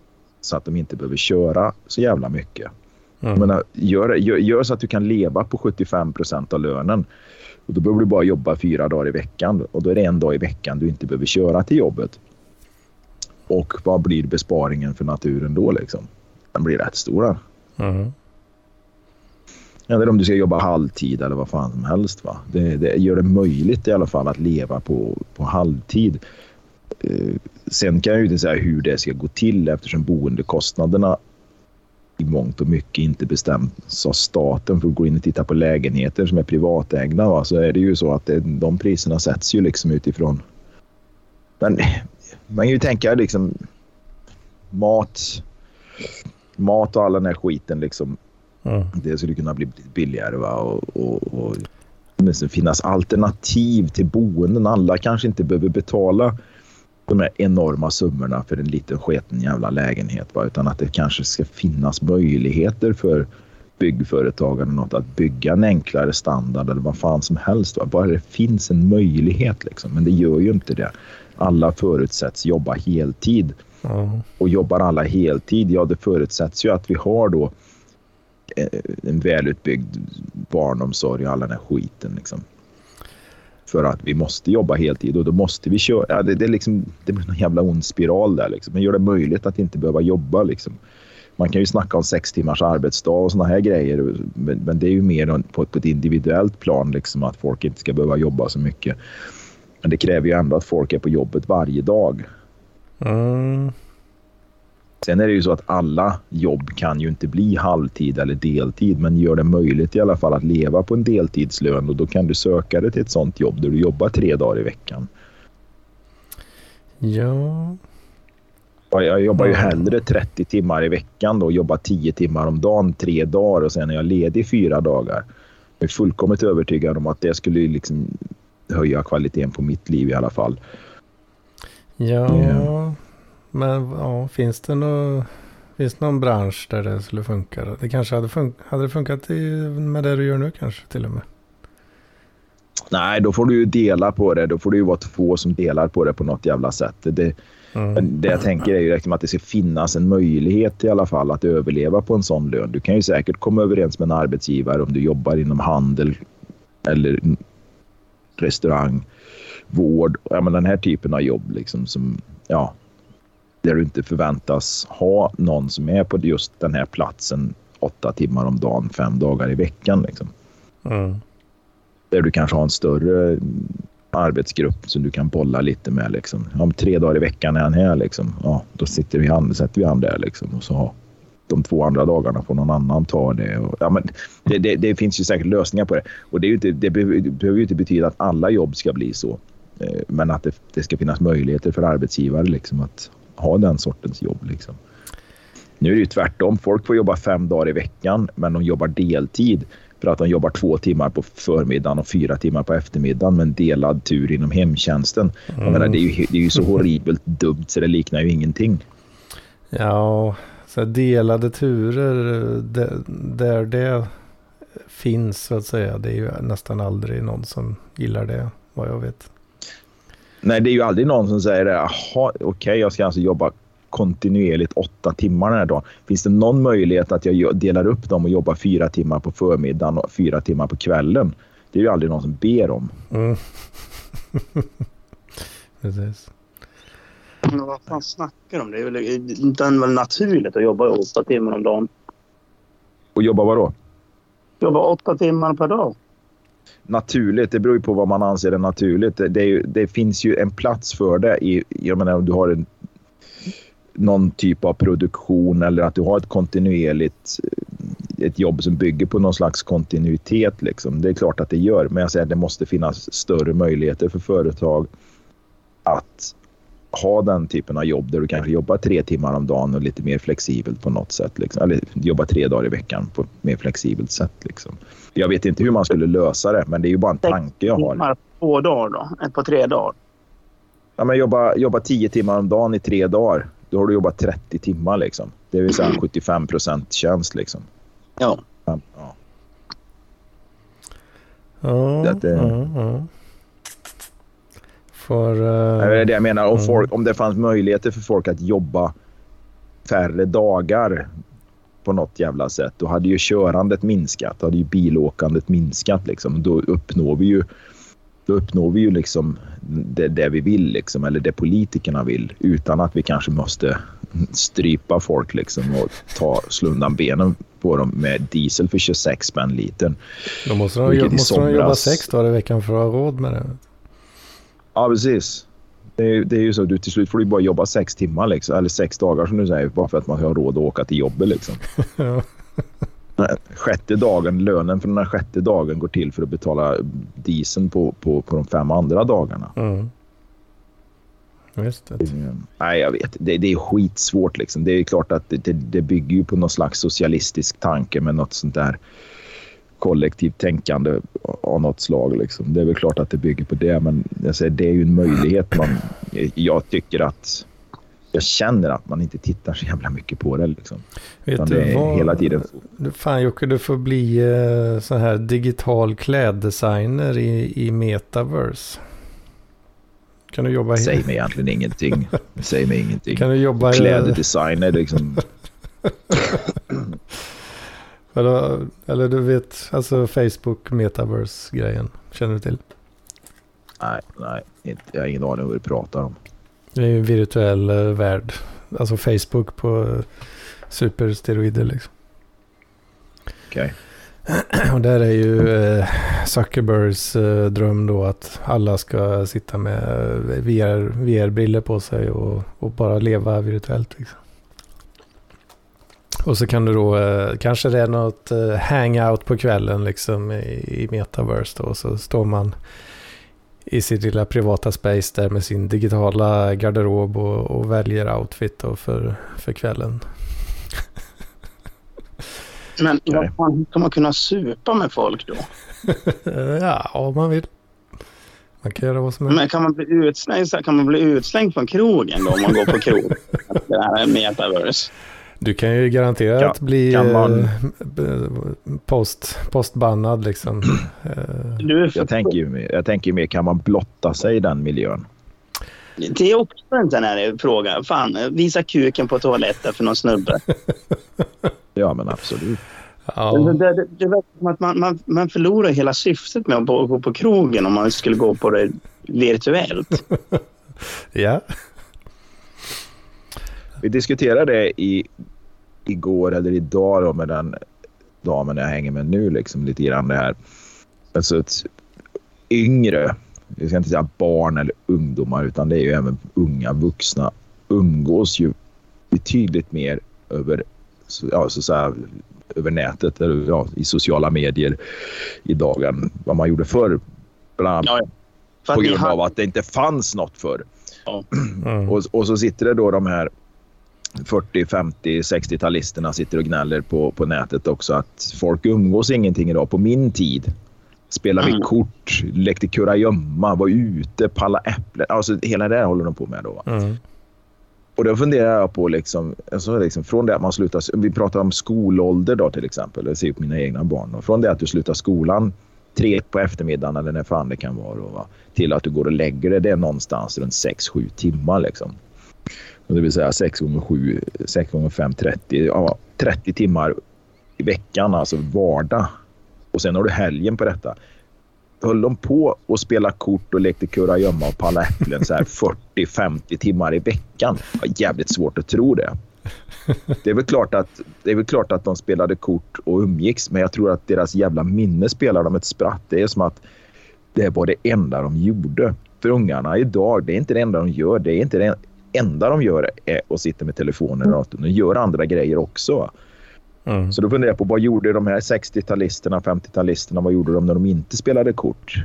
så att de inte behöver köra så jävla mycket. Mm. Men gör, gör, gör så att du kan leva på sjuttiofem procent av lönen. Och då behöver du bara jobba fyra dagar i veckan. Och då är det en dag i veckan du inte behöver köra till jobbet. Och vad blir besparingen för naturen då liksom? Den blir rätt stor. Mm. Eller om du ska jobba halvtid eller vad fan som helst. Va? Det, det gör det möjligt i alla fall att leva på, på halvtid. Eh, sen kan jag ju inte säga hur det ska gå till eftersom boendekostnaderna i mångt och mycket inte bestäms av staten för att gå in och titta på lägenheter som är privatägda. Va? Så är det ju så att det, de priserna sätts ju liksom utifrån. Men man kan ju tänka liksom mat, mat och all den här skiten liksom. Mm. Det skulle kunna bli billigare va? Och, och, och det måste finnas alternativ till boenden. Alla kanske inte behöver betala de här enorma summorna för en liten sketen jävla lägenhet va? Utan att det kanske ska finnas möjligheter för byggföretagen något att bygga en enklare standard eller vad fan som helst va? Bara det finns en möjlighet liksom. Men det gör ju inte det. Alla förutsätts jobba heltid. Mm. Och jobbar alla heltid, ja det förutsätts ju att vi har då en välutbyggd barnomsorg och all den här skiten liksom. För att vi måste jobba heltid och då måste vi köra. Ja, det, det, är liksom, det blir en jävla ond spiral där liksom. Men gör det möjligt att inte behöva jobba liksom. Man kan ju snacka om sex timmars arbetsdag och såna här grejer. Men, men det är ju mer på, på ett individuellt plan liksom, att folk inte ska behöva jobba så mycket. Men det kräver ju ändå att folk är på jobbet varje dag. Mm. Sen är det ju så att alla jobb kan ju inte bli halvtid eller deltid, men gör det möjligt i alla fall att leva på en deltidslön och då kan du söka dig till ett sånt jobb där du jobbar tre dagar i veckan. Ja. Jag jobbar ju hellre trettio timmar i veckan då och jobbar tio timmar om dagen, tre dagar och sen är jag ledig fyra dagar. Jag är fullkomligt övertygad om att det skulle liksom höja kvaliteten på mitt liv i alla fall. Ja. Yeah. Men ja, finns det någon, finns det någon bransch där det skulle funka? Det kanske hade, fun- hade det funkat i, med det du gör nu kanske till och med? Nej, då får du ju dela på det. Då får det ju vara två som delar på det på något jävla sätt. Det, mm. det jag tänker är ju liksom att det ska finnas en möjlighet i alla fall att överleva på en sån lön. Du kan ju säkert komma överens med en arbetsgivare om du jobbar inom handel eller restaurang, vård. Ja, men den här typen av jobb liksom som, ja, där du inte förväntas ha någon som är på just den här platsen åtta timmar om dagen, fem dagar i veckan. Liksom. Mm. Där du kanske har en större arbetsgrupp som du kan bolla lite med. Liksom. Om tre dagar i veckan är han här, liksom. Ja, då sitter vi han, sätter vi han där. Liksom. Och så har de två andra dagarna får någon annan ta det. Och, ja, men det, det, det finns ju säkert lösningar på det. Och det, är ju inte, det behöver ju inte betyda att alla jobb ska bli så. Men att det, det ska finnas möjligheter för arbetsgivare liksom, att ha den sortens jobb liksom. Nu är det ju tvärtom. Folk får jobba fem dagar i veckan men de jobbar deltid för att de jobbar två timmar på förmiddagen och fyra timmar på eftermiddagen med en delad tur inom hemtjänsten. Mm. Jag menar, det, är ju, det är ju så horribelt dumt så det liknar ju ingenting. Ja, så delade turer där det, det finns så att säga. Det är ju nästan aldrig någon som gillar det, vad jag vet. Nej, det är ju aldrig någon som säger det. Jaha, okej, okay, jag ska alltså jobba kontinuerligt åtta timmar den här dagen. Finns det någon möjlighet att jag delar upp dem och jobbar fyra timmar på förmiddagen och fyra timmar på kvällen? Det är ju aldrig någon som ber om. Mm. Precis. Men vad fan snackar de? Det är väl, det är väl naturligt att jobba åtta timmar om dagen. Och jobba vad då? Jobba åtta timmar per dag. Naturligt, det beror ju på vad man anser är naturligt. Det, är ju, det finns ju en plats för det. I, jag menar, om du har en, någon typ av produktion eller att du har ett kontinuerligt ett jobb som bygger på någon slags kontinuitet. Liksom. Det är klart att det gör. Men jag säger att det måste finnas större möjligheter för företag att ha den typen av jobb där du kanske jobbar tre timmar om dagen och lite mer flexibelt på något sätt. Liksom. Eller jobba tre dagar i veckan på ett mer flexibelt sätt. Liksom. Jag vet inte hur man skulle lösa det, men det är ju bara en tanke jag har. Timmar på två dagar då? På tre dagar? Ja, men jobba, jobba tio timmar om dagen i tre dagar. Då har du jobbat trettio timmar liksom. Det vill säga sjuttiofem procent tjänst liksom. Ja. Ja. Ja, det, ja, ja. För, uh... det är det jag menar. Om, folk, om det fanns möjligheter för folk att jobba färre dagar på något jävla sätt, då hade ju körandet minskat, då hade ju bilåkandet minskat liksom. Då uppnår vi ju då uppnår vi ju liksom det, det vi vill liksom, eller det politikerna vill, utan att vi kanske måste strypa folk liksom och ta slå undan benen på dem med diesel för tjugosex spänn litern. Då måste de, måste somras... de jobba sex dagar i veckan för att ha råd med det. Ja, precis. Det är, det är ju så, du till slut får du bara jobba sex timmar liksom, eller sex dagar som du säger, bara för att man har råd att åka till jobbet liksom. Ja. Sjätte dagen, lönen för den här sjätte dagen går till för att betala dieseln på, på, på de fem andra dagarna. Mm. Just det. Nej, jag vet. Det, det är skitsvårt liksom. Det är klart att det, det, det bygger ju på någon slags socialistisk tanke med något sånt där kollektivt tänkande av något slag liksom. Det är väl klart att det bygger på det, men jag säger, det är ju en möjlighet. Man, jag tycker att jag känner att man inte tittar så jävla mycket på det liksom. Vet du vad? Hela tiden. Fan Jocke, du får bli uh, så här digital kläddesigner i, i Metaverse. Kan du jobba? Säg mig egentligen ingenting. Säg mig ingenting. Kan du jobba kläddesigner liksom? eller, eller du vet, alltså Facebook Metaverse-grejen. Känner du till? Nej, nej. Inte, jag har ingen aning om vad du pratar om. Det är ju en virtuell uh, värld. Alltså Facebook på uh, supersteroider liksom. Okej. Okay. Och där är ju uh, Zuckerbergs uh, dröm då att alla ska sitta med uh, V R, V R-briller på sig och, och bara leva virtuellt liksom. Och så kan du då, uh, kanske det är något uh, hangout på kvällen liksom i, i Metaverse då, och så står man i sitt lilla privata space där med sin digitala garderob och, och väljer outfit då för, för kvällen. Men okay. Vad kan man kunna supa med folk då? Ja, om man vill. Man kan göra vad som helst. Men kan man bli utslängd, kan man bli utslängd från krogen då om man går på krog? Det här är Metaverse. Du kan ju garanterat ja, bli man... post, postbannad liksom. Du jag, tänker ju mer, jag tänker ju mer, kan man blotta sig i den miljön? Det är också en sån här fråga. Fan, visa kuken på toaletten för någon snubbe. Ja, men absolut. Ja. Det, det, det, det verkar som att man, man, man förlorar hela syftet med att gå på krogen om man skulle gå på det virtuellt. Ja. Vi diskuterade det i, igår eller idag då med den damen jag hänger med nu liksom lite grann det här. Alltså ett yngre, jag ska inte säga barn eller ungdomar, utan det är ju även unga vuxna umgås ju betydligt mer över, ja, så, så här, över nätet eller ja, i sociala medier idag än vad man gjorde förr. Bland annat ja, ja. På grund har... av att det inte fanns något förr. Ja. Mm. Och, och så sitter det då de här fyrtio, femtio, sextio-talisterna sitter och gnäller på, på nätet också att folk umgås ingenting idag. På min tid spelade mm. vi kort, lekte kurragömma, var ute, palla äpplen. Alltså hela det här håller de på med då. Mm. Och då funderar jag på liksom, alltså liksom från det att man slutar, vi pratar om skolålder då till exempel, jag ser upp mina egna barn då. Från det att du slutar skolan tre på eftermiddagen eller när fan det kan vara då, va? Till att du går och lägger det, det är någonstans runt sex sju timmar liksom. Och det vill säga sex gånger sju, sex gånger fem, trettio, ja, trettio timmar i veckan, alltså vardag. Och sen har du helgen på detta. Höll de på och spela kort och lekte kurragömma och palla äpplen så här fyrtio femtio timmar i veckan. Det var jävligt svårt att tro det. Det är väl klart att det är väl klart att de spelade kort och umgicks, men jag tror att deras jävla minne spelar dem ett spratt. Det är som att det var det enda de gjorde. För ungarna idag, det är inte det enda de gör. Det är inte det enda de gör är att sitta med telefonen och de gör andra grejer också. Mm. Så då funderar jag på, vad gjorde de här sextio-talisterna, femtio-talisterna, vad gjorde de när de inte spelade kort?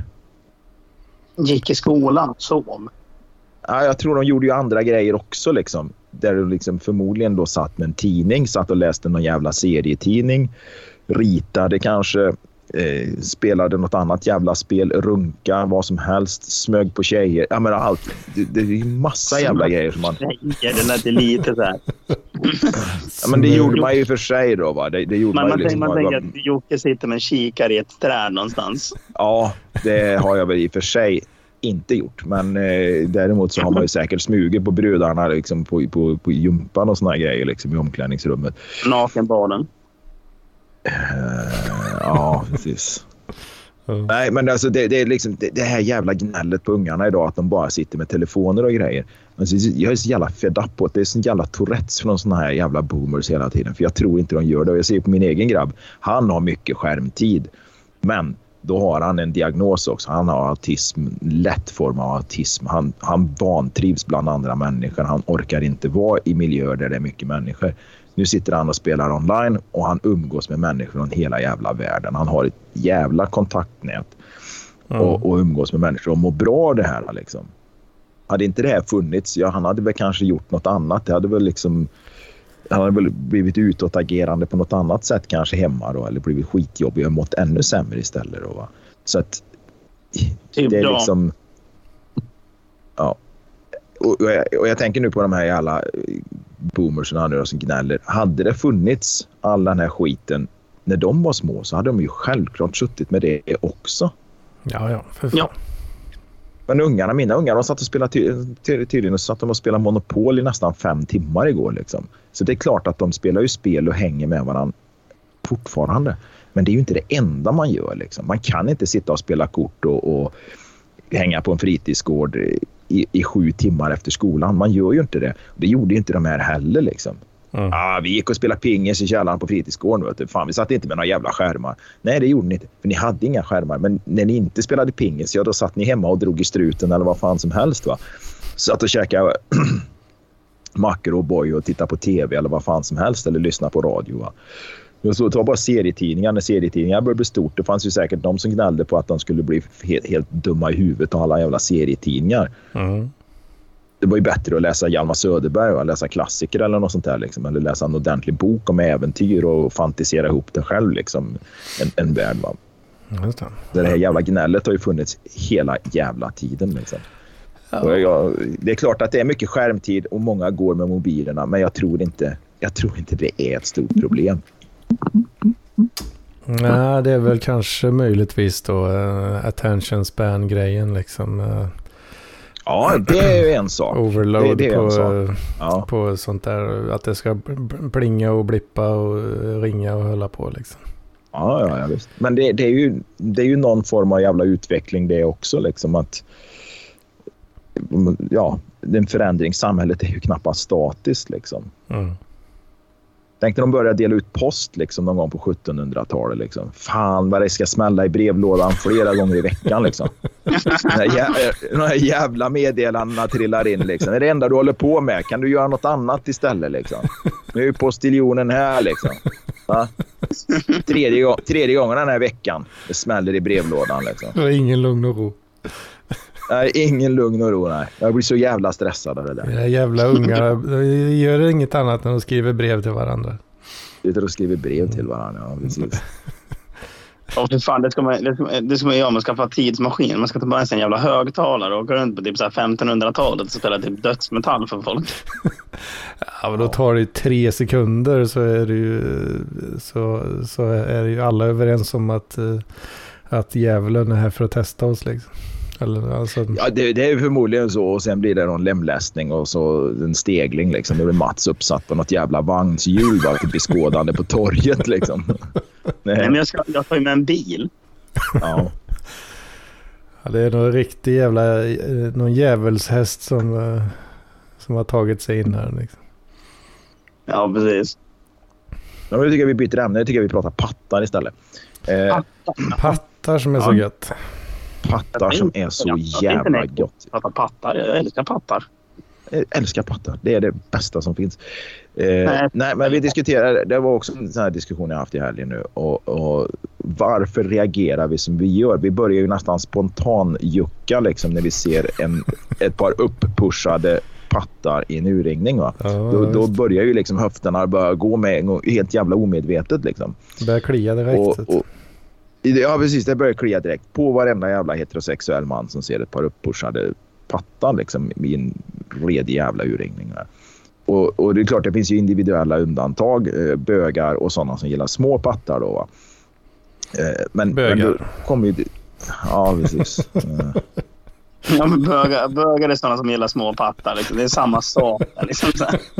Gick i skolan, sov. Ja, jag tror de gjorde ju andra grejer också liksom. Där de liksom förmodligen då satt med en tidning, satt och läste någon jävla serietidning, ritade kanske, eh, spelade något annat jävla spel, runka, vad som helst, smög på tjejer. Ja, men allt. Det, det är ju massa jävla grejer som man... Tjejer, det lät lite så här. Ja, men det gjorde man ju för sig då, va? Det, det gjorde man, man, man ju liksom... Man tänker att Jocke sitter med en kikare i ett träd någonstans. Ja, det har jag väl i för sig inte gjort. Men eh, däremot så har man ju säkert smugit på brudarna liksom, på, på, på jumpan och såna grejer liksom, i omklädningsrummet. Nakenbaden. Uh, ja, precis. Mm. Nej, men alltså det, det är liksom det, det här jävla gnället på ungarna idag, att de bara sitter med telefoner och grejer. Alltså, jag är så jävla fed up på att det är så jävla Tourettes från såna här jävla boomers hela tiden. För jag tror inte de gör det. Och jag ser på min egen grabb. Han har mycket skärmtid. Men då har han en diagnos också. Han har autism, lätt form av autism. Han, han vantrivs bland andra människor. Han orkar inte vara i miljöer där det är mycket människor. Nu sitter han och spelar online och han umgås med människor från hela jävla världen. Han har ett jävla kontaktnät mm. och, och umgås med människor och mår bra av det här liksom. Hade inte det här funnits, ja, han hade väl kanske gjort något annat. Det hade väl liksom, han hade väl blivit utåtagerande på något annat sätt kanske hemma då, eller blivit skitjobbig och mått ännu sämre istället då, va? Så att typ det är då. liksom ja. Och, och, jag, och jag tänker nu på de här jävla boomerserna nu som gnäller. Hade det funnits all den här skiten när de var små, så hade de ju självklart suttit med det också. Ja, ja, för fan. Ja. Men ungarna, mina ungar, de satt och spelade ty- ty- tydligen och satt de och spelade Monopol i nästan fem timmar igår liksom. Så det är klart att de spelar ju spel och hänger med varandra fortfarande. Men det är ju inte det enda man gör liksom. Man kan inte sitta och spela kort och, och hänga på en fritidsgård i, i sju timmar efter skolan. Man gör ju inte det. Det gjorde ju inte de här heller liksom. Mm. Ah, vi gick och spelade pingis i källaren på fritidsgården. Vet du. Fan, vi satt inte med några jävla skärmar. Nej, det gjorde ni inte. För ni hade inga skärmar. Men när ni inte spelade pingis, ja, då satt ni hemma och drog i struten eller vad fan som helst, va. Satt och käkade mackor och boy och tittade på tv eller vad fan som helst. Eller lyssna på radio, va. Så ta bara serietidningar. När serietidningar började bli stort, det fanns ju säkert de som gnällde på att de skulle bli helt, helt dumma i huvudet och alla jävla serietidningar. Mm. Det var ju bättre att läsa Hjalmar Söderberg och läsa klassiker eller något sånt där liksom. Eller läsa en ordentlig bok om äventyr och fantisera ihop det själv liksom. En, en värld, va. Just det. Det här jävla gnället har ju funnits hela jävla tiden liksom. Ja. Och jag, det är klart att det är mycket skärmtid och många går med mobilerna, men jag tror inte, jag tror inte det är ett stort problem. Nej, det är väl kanske möjligtvis då uh, attention span grejen liksom. Uh, ja, det är ju en sak. Overload det, det är på, en sak. Ja. På sånt där, att det ska plinga och blippa och ringa och hålla på liksom. Ja, ja, ja visst. Men det, det, är ju, det är ju någon form av jävla utveckling det också liksom, att ja, den förändring, samhället är ju knappast statiskt liksom. Mm. Tänk när de började dela ut post liksom någon gång på sjuttonhundratalet liksom. Fan vad det ska smälla i brevlådan flera gånger i veckan liksom. De här jävla meddelandena trillar in liksom. Det är det enda du håller på med. Kan du göra något annat istället liksom? Nu är ju postiljonen här liksom. Va? Tredje, gång, tredje gången den här veckan. Det smäller i brevlådan liksom. Det var ingen lugn och ro. Nej, ingen lugn och ro, nej. Jag blir så jävla stressad av det där. Ja, jävla ungar gör inget annat än att skriva brev till varandra. Det är att skriva brev till varandra, ja, precis. Ja, för fan, det ska man, det ska, det ska man göra. Man ska få tidsmaskin. Man ska ta bara en jävla högtalare och gå runt på typ så här femtonhundratalet och spela typ dödsmetall för folk. Ja, men då tar det tre sekunder så är det ju så, så är det ju alla överens om att, att djävulen är här för att testa oss liksom. Eller, alltså... Ja, det, det är förmodligen så, och sen blir det någon lemlästning och så en stegling liksom. Det blir Mats uppsatt på något jävla vagnshjul bara till beskådande på torget liksom. Nej, men jag ska jag tar ju med en bil. Ja. Ja, det är någon riktig jävla någon djävulshäst som som har tagit sig in här liksom. Ja, precis. Ja, men jag tycker vi byter ämne. Jag tycker vi pratar pattar istället. Eh, pattar. pattar som är ja. så gött. Pattar som är så jävla gott. Pattar, pattar. Jag älskar pattar. Jag älskar pattar. Det är det bästa som finns. Eh, nej. nej, men vi diskuterar. Det var också en sån här diskussion jag haft i helgen nu. Och, och varför reagerar vi som vi gör? Vi börjar ju nästan spontan jucka liksom när vi ser en, ett par upppushade pattar i en urringning, va? Ja, då, då börjar ju liksom höfterna börja gå med helt jävla omedvetet liksom. Det börjar klia direkt. Och, och, ja, precis. Det börjar klia direkt på varenda jävla heterosexuell man som ser ett par upppushade pattar liksom i en redig jävla urringning. Och, och det är klart, det finns ju individuella undantag, bögar och sådana som gillar små pattar då, va? Men, bögar. Men då kommer ju... Ja, precis. Ja, men bögar, bögar är sådana som gillar små pattar. Liksom. Det är samma sak. Liksom, så här.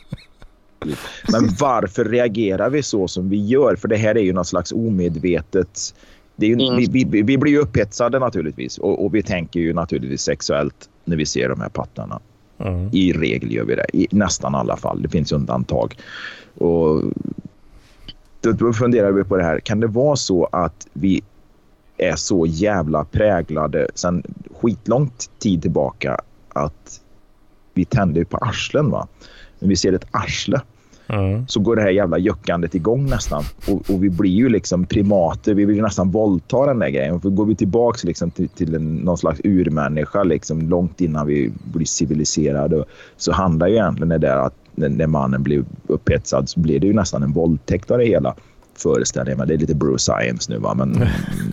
Men varför reagerar vi så som vi gör? För det här är ju något slags omedvetet. Det är ju, mm. vi, vi, vi blir ju upphetsade naturligtvis. Och, och vi tänker ju naturligtvis sexuellt när vi ser de här pattarna. Mm. I regel gör vi det. I nästan alla fall. Det finns undantag. Och då, då funderar vi på det här. Kan det vara så att vi är så jävla präglade sedan skitlångt tid tillbaka att vi tänder på arslen, va? När vi ser ett arsle mm. så går det här jävla juckandet igång nästan. Och, och vi blir ju liksom primater. Vi vill nästan våldta den där grejen. För går vi tillbaka liksom till, till en, någon slags urmänniska liksom, långt innan vi blir civiliserade, så handlar ju egentligen det där att när, när mannen blir upphetsad så blir det ju nästan en våldtäkt av det hela. Föreställer mig. Det är lite Bruce Science nu, va? Men...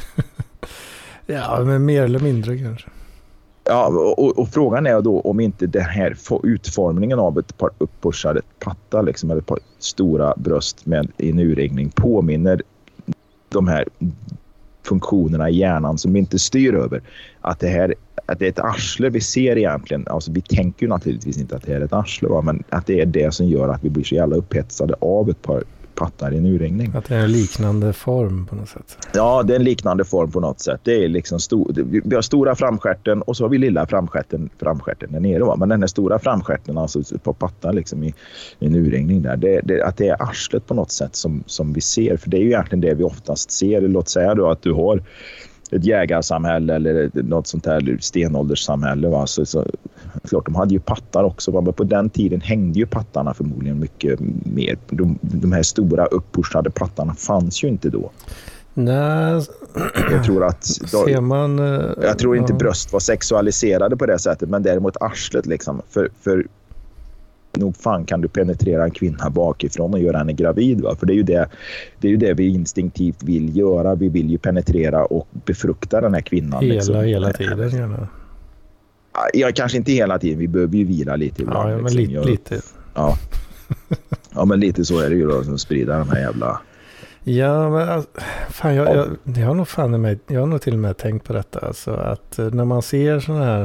ja, men mer eller mindre kanske. Ja, och, och frågan är då om inte den här utformningen av ett par upppushade patta liksom, eller ett par stora bröst med en urringning påminner de här funktionerna i hjärnan som vi inte styr över. Att det här att det är ett arsle vi ser egentligen. Alltså vi tänker ju naturligtvis inte att det är ett arsle, va? Men att det är det som gör att vi blir så jävla upphetsade av ett par pattar i en urringning. Att det är en liknande form på något sätt. Ja, det är en liknande form på något sätt. Det är liksom stor, vi har stora framskärten och så har vi lilla framskärten, framskärten där nere, va? Men den här stora framskärten alltså på pattar liksom i, i en urringning där, det, det, att det är arslet på något sätt som, som vi ser. För det är ju egentligen det vi oftast ser. Låt säga då att du har ett jägarsamhälle eller något sånt här stenålderssamhälle, va? Så, så klart, de hade ju pattar också, va? Men på den tiden hängde ju pattarna förmodligen mycket mer. De, de här stora upppushade pattarna fanns ju inte då. Nej, jag tror att då, ser man, jag tror inte ja. bröst var sexualiserade på det sättet, men däremot arslet liksom, för, för nog fan kan du penetrera en kvinna bakifrån och göra henne gravid, va? För det är ju det, det är ju det vi instinktivt vill göra. Vi vill ju penetrera och befrukta den här kvinnan. Hela, liksom. hela tiden gärna. Ja, kanske inte hela tiden. Vi behöver ju vila lite ibland. Ja, men liksom. lite. Jag, lite. Ja. Ja, men lite så är det ju då, som sprider de här jävla... Ja, men alltså, fan, jag, jag, jag har nog fan i mig, jag har nog till och med tänkt på detta. Alltså att när man ser sådana här...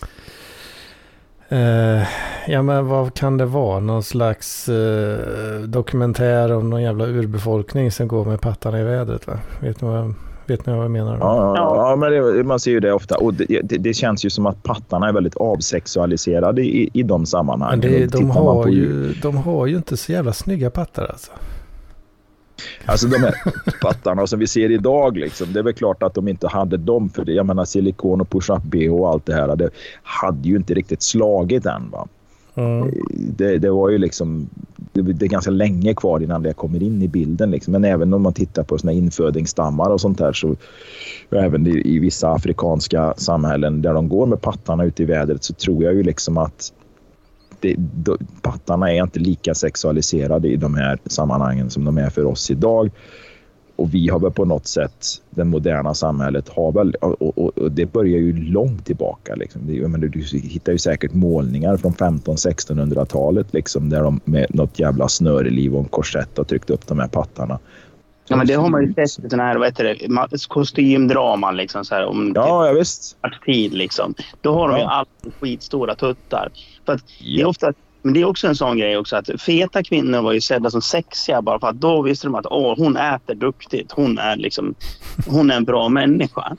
Uh, ja, men vad kan det vara? Någon slags uh, dokumentär om någon jävla urbefolkning som går med pattarna i vädret, va? Vet ni vad, vet ni vad jag menar? Ja, ja, ja, men det, man ser ju det ofta. Och det, det, det känns ju som att pattarna är väldigt avsexualiserade i, i de sammanhangen. Men det, de, har ju, de har ju inte så jävla snygga pattar alltså. Alltså de här pattarna som vi ser idag liksom, det är väl klart att de inte hade dem, för det, jag menar silikon och push-up B H och allt det här, det hade ju inte riktigt slagit än, va? Mm. Det, det var ju liksom det, det är ganska länge kvar innan det kommer in i bilden liksom. Men även om man tittar på såna infödingsstammar och sånt där, så även i, i vissa afrikanska samhällen där de går med pattarna ute i vädret, så tror jag ju liksom att Det, de, pattarna är inte lika sexualiserade i de här sammanhangen som de är för oss idag. Och vi har väl på något sätt, det moderna samhället har väl, och, och, och det börjar ju långt tillbaka liksom. Det, men du, du hittar ju säkert målningar från femton-sextonhundratalet liksom, där de med något jävla snöreliv och en korsett har tryckt upp de här pattarna. Ja, men det har man ju sett i sån här, vad heter det, kostymdraman liksom så här, om ja, ja, visst. Tid liksom. Då har de ja. ju alltid skitstora tuttar. För att ja. det är ofta, men det är också en sån grej också att feta kvinnor var ju sedda som sexiga bara för att då visste de att åh, hon äter duktigt. Hon är liksom, hon är en bra människa.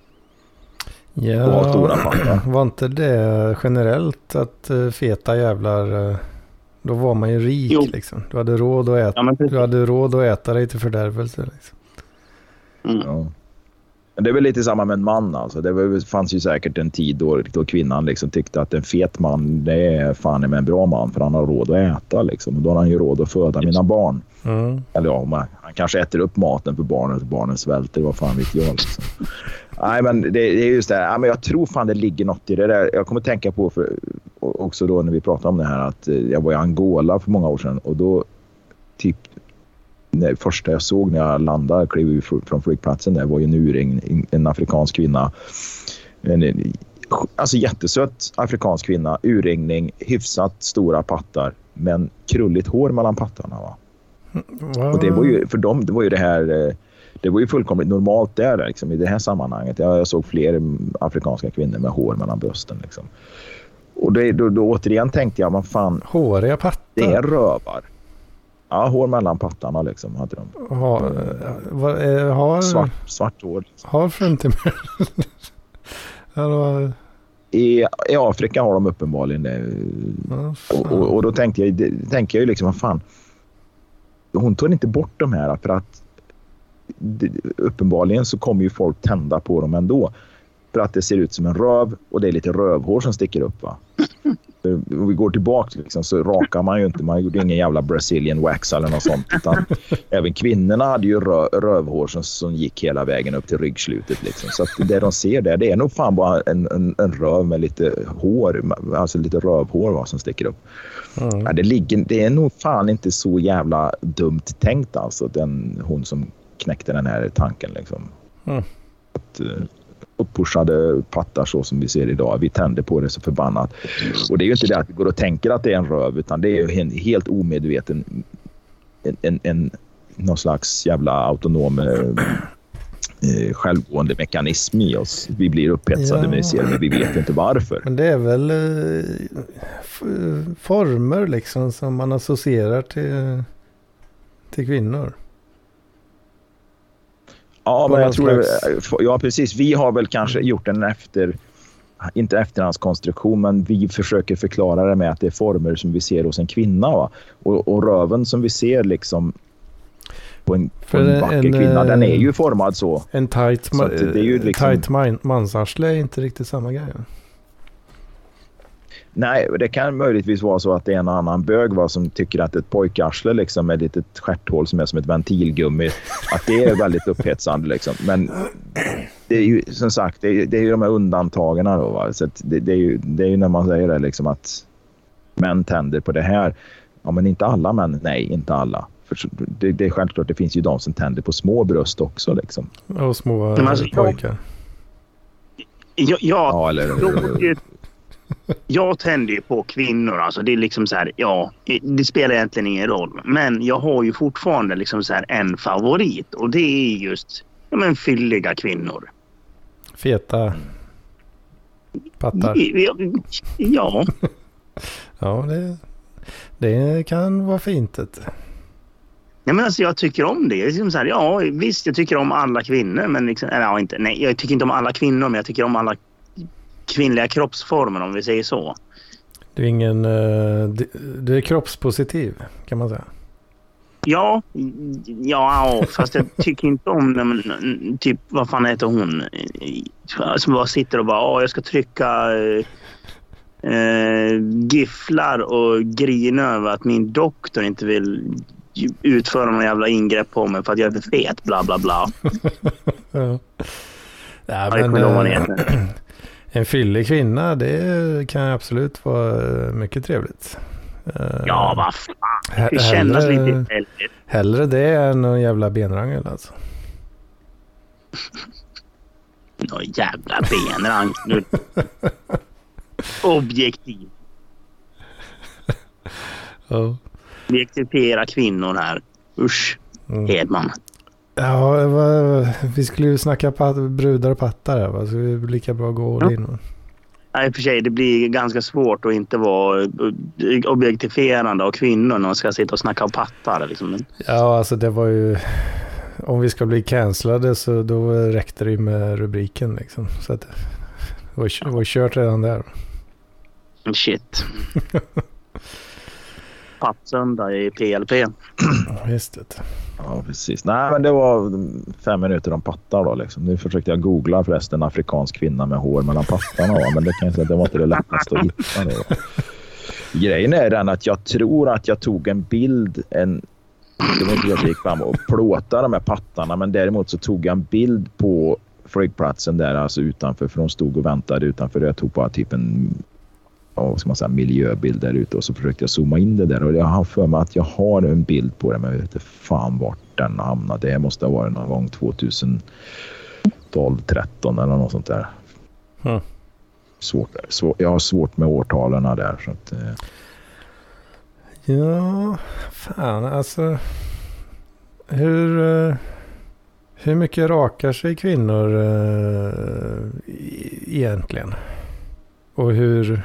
Ja, stora var inte det generellt att feta jävlar, då var man ju rik jo. liksom. Du hade råd att äta, ja, du hade råd att äta dig till fördärvelse liksom. Mm. Ja. Det är väl lite samma med en man alltså. Det var, fanns ju säkert en tid då, då kvinnan liksom tyckte att en fet man, det är fan med en bra man, för han har råd att äta liksom. Och då har han ju råd att föda mina barn. Mm. Eller ja, man, han kanske äter upp maten för barnen och barnen svälter, vad fan vet jag liksom. Nej, men det, det är just det. Ja, men jag tror fan det ligger något i det där. Jag kommer tänka på för, också då när vi pratade om det här, att jag var i Angola för många år sedan, och då typ det första jag såg när jag landade, klev från flygplatsen där, var ju en urring, en afrikansk kvinna. En, alltså jättesöt afrikansk kvinna, urringning, hyfsat stora pattar, men krulligt hår mellan pattarna, va? Wow. Och det var ju för dem, det var ju det här det var ju fullkomligt normalt där liksom, i det här sammanhanget. Jag, jag såg fler afrikanska kvinnor med hår mellan brösten liksom. Och det, då, då återigen tänkte jag, man fan, håriga pattar. Det är rövar. Ja, hår mellan pattarna liksom hade de. Ha, va, eh, har svart, svart hår. Liksom. Har fruntimmer. Eller I, I Afrika har de uppenbarligen det. Ja, och, och, och då tänkte jag, det, tänkte jag ju liksom, vad fan, hon tog inte bort de här för att det, uppenbarligen så kommer ju folk tända på dem ändå. För att det ser ut som en röv och det är lite rövhår som sticker upp, va? Om vi går tillbaka liksom, så rakar man ju inte, man gjorde ingen jävla Brazilian wax eller något sånt, utan även kvinnorna hade ju rö, rövhår som, som gick hela vägen upp till ryggslutet liksom. Så att det de ser där, det är nog fan bara en, en, en röv med lite hår, alltså lite rövhår, va, som sticker upp. Mm. Ja, det, ligger, det är nog fan inte så jävla dumt tänkt alltså, den, hon som knäckte den här tanken liksom. Mm. Att, och pushade pattar så som vi ser idag. Vi tänder på det så förbannat. Och det är ju inte det att vi går och tänker att det är en röv, utan det är ju en helt omedveten en, en, en någon slags jävla autonom eh, självgående mekanism i oss. Vi blir upphetsade, ja, när vi ser det, men vi vet inte varför. Men det är väl eh, f- former liksom som man associerar till, till kvinnor. Ja, men jag tror ja, precis. Vi har väl kanske gjort en efter, inte efterhandskonstruktion, men vi försöker förklara det med att det är former som vi ser hos en kvinna, va? Och, och röven som vi ser liksom på en, på en vacker en, kvinna, den är ju formad så. En tight, så det är ju liksom, tight man, mansarsle är inte riktigt samma grej. Nej, det kan möjligtvis vara så att det är en annan bög, va, som tycker att ett pojkarsle liksom är ett litet stjärthål som är som ett ventilgummi, att det är väldigt upphetsande liksom. Men det är ju som sagt, det är, det är ju de här undantagen då, va? Så det, det, är ju, det är ju när man säger det liksom, att män tänder på det här. Ja, men inte alla män. Nej, inte alla. För det, det är självklart, det finns ju de som tänder på små bröst också liksom. Och små alltså, pojkar. Ja, ja, ja eller... Jag, jag tänder ju på kvinnor, alltså det är liksom så här, ja, det spelar egentligen ingen roll, men jag har ju fortfarande liksom så här en favorit, och det är just, ja, men fylliga kvinnor. Feta pattar. Ja. Ja, ja det, det kan vara fint. Ja, men alltså jag tycker om det. Liksom så här, ja, visst, jag tycker om alla kvinnor, men liksom, eller, ja, inte, nej, jag tycker inte om alla kvinnor, men jag tycker om alla kvinnliga kroppsformer, om vi säger så. Du är ingen, du är kroppspositiv, kan man säga. Ja, ja, fast jag tycker inte om det, men typ, vad fan heter hon? Som bara sitter och bara, åh, jag ska trycka eh, gifflar och grina över att min doktor inte vill utföra någon jävla ingrepp på mig för att jag är för fet, bla bla bla. Ja. Ja, men, äh, en fyllig kvinna, det kan absolut vara mycket trevligt. Ja, vad fan. Det känns lite väldigt. Hellre det än någon jävla benrangel, alltså. Någon jävla benrangel. Objektiv. Ja. Objektifiera kvinnor här. Usch, mm. Hedman. Ja, vi skulle ju snacka pat, brudar och pattar här, va? Så det blir lika bra att gå all in. Nej, i och för sig, det blir ganska svårt att inte vara objektifierande av kvinnor när man ska sitta och snacka om pattar. Liksom. Ja, alltså det var ju... Om vi ska bli cancellade så då räckte det ju med rubriken liksom. Så att det var, det var kört redan där. Shit. Pattsöndag i P L P. Just det. Ja, precis. Nej, men det var fem minuter om pattar då liksom. Nu försökte jag googla förresten afrikansk kvinna med hår mellan pattarna, då, men det kan jag säga att det var inte det lättaste att hitta då. Grejen är den att jag tror att jag tog en bild, en det var inte jag gick fram och plåtade de här pattarna, men däremot så tog jag en bild på flygplatsen där, alltså utanför, för de stod och väntade utanför. Jag tog bara typ en vad ska man säga, miljöbild där ute, och så försökte jag zooma in det där, och jag har för mig att jag har en bild på det, men jag vet inte fan vart den hamnade. Det måste ha varit någon gång tjugohundratolv tretton eller något sånt där. Mm. Svårt, svår, jag har svårt med årtalen där, så att, eh. Ja, fan alltså hur Hur mycket rakar sig kvinnor uh, egentligen? Och hur...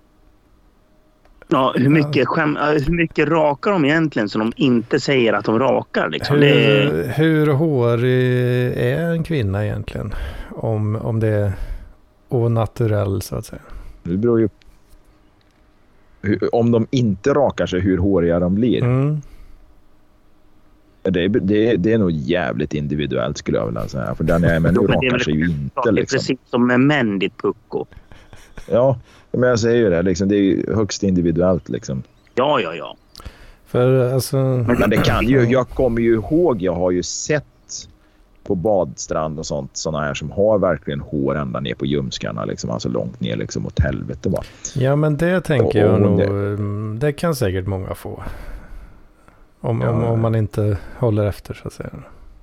Ja, hur mycket, skäm, hur mycket rakar de egentligen som de inte säger att de rakar? Liksom? Hur, det är... hur hårig är en kvinna egentligen? Om, om det är onaturell så att säga. Det beror ju hur, om de inte rakar sig, hur håriga de blir. Mm. Det, det, det är nog jävligt individuellt skulle jag vilja säga. För den är, men nu rakar sig ju inte. Det är liksom. precis som med män ditt pucko. Ja, men jag säger ju det. Liksom, det är ju högst individuellt. Liksom. Ja, ja, ja. För, alltså... Men det kan ju, jag kommer ju ihåg, jag har ju sett på badstrand och sånt, sådana här som har verkligen hår ända ner på ljumskarna, liksom, alltså långt ner liksom åt helvete va. Ja, men det tänker och, jag nog, det... det kan säkert många få. Om, ja, om, om man inte håller efter så att säga.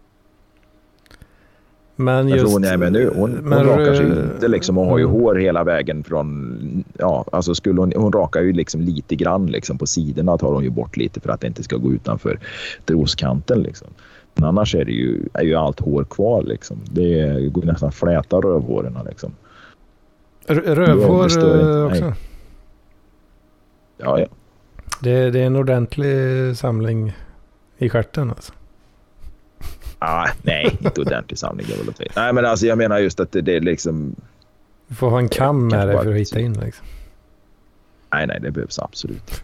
Men just... Tror, nej, men nu, hon, men hon rakar rö... sig inte liksom och har ju mm. hår hela vägen från, ja, alltså skulle hon, hon rakar ju liksom lite grann liksom på sidorna tar hon ju bort lite för att det inte ska gå utanför troskanten liksom. Men annars är det ju, är ju allt hår kvar liksom. Det är, går nästan fläta rövhåren liksom. R- rövhår också? Nej. Ja, ja. Det, det är en ordentlig samling i stjärten alltså. Ah, nej, inte ordentlig samling. Nej, men alltså jag menar just att det, det är liksom... Du får ha en kam med dig för att hitta in liksom. Nej, nej, det behövs absolut.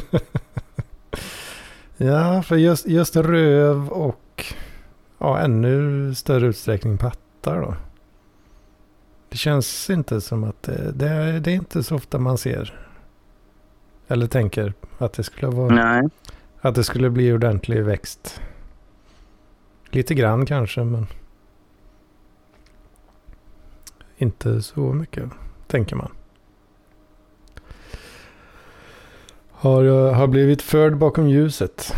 Ja, för just, just röv och ja, ännu större utsträckning pattar då. Det känns inte som att det, det, är, det är inte så ofta man ser eller tänker att det skulle vara Nej. Att det skulle bli ordentlig växt. Lite grann kanske, men inte så mycket, tänker man. Har, har blivit förd bakom ljuset.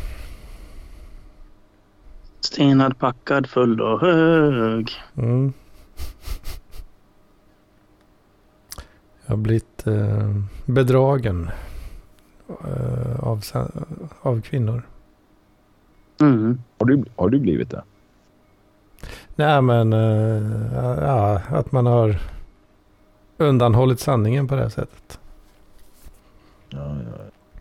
Stenad, packad, full och hög. Mm. Jag har blivit eh, bedragen eh, av, av kvinnor. Mm. Har du, har du blivit det? Nej, men uh, ja, att man har undanhållit sanningen på det här sättet. Ja, ja.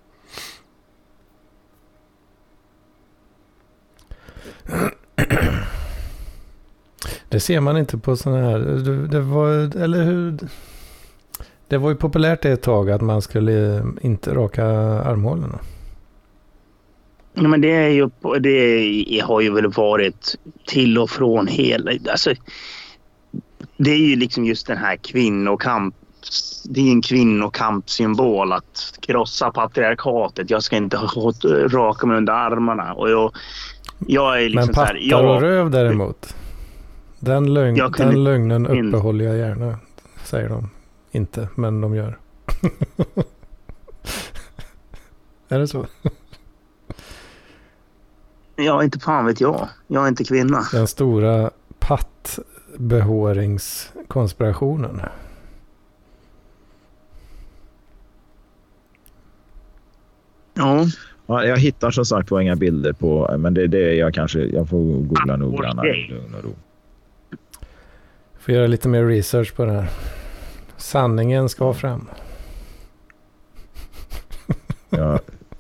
Det ser man inte på sådana här. Det, det var, eller hur? Det var ju populärt ett tag att man skulle inte raka armhålorna. Ja, men det är ju, det har ju väl varit till och från hela, alltså det är ju liksom just den här kvinnokamp, det är en kvinnokampsymbol att krossa patriarkatet. Jag ska inte ha raka mig under armarna och jag, jag är liksom men pattar så här, jag, och röv däremot, den, lögn, den kunde, lögnen uppehåller jag gärna, säger de inte, men de gör. Är det så? Ja, inte fan vet jag. Jag är inte kvinna. Den stora pattbehåringskonspirationen. Ja. Ja, jag hittar som sagt var inga bilder på, men det är det jag kanske, jag får googla noggrannare i lugn och ro. Får göra lite mer research på det här. Sanningen ska fram. Ja.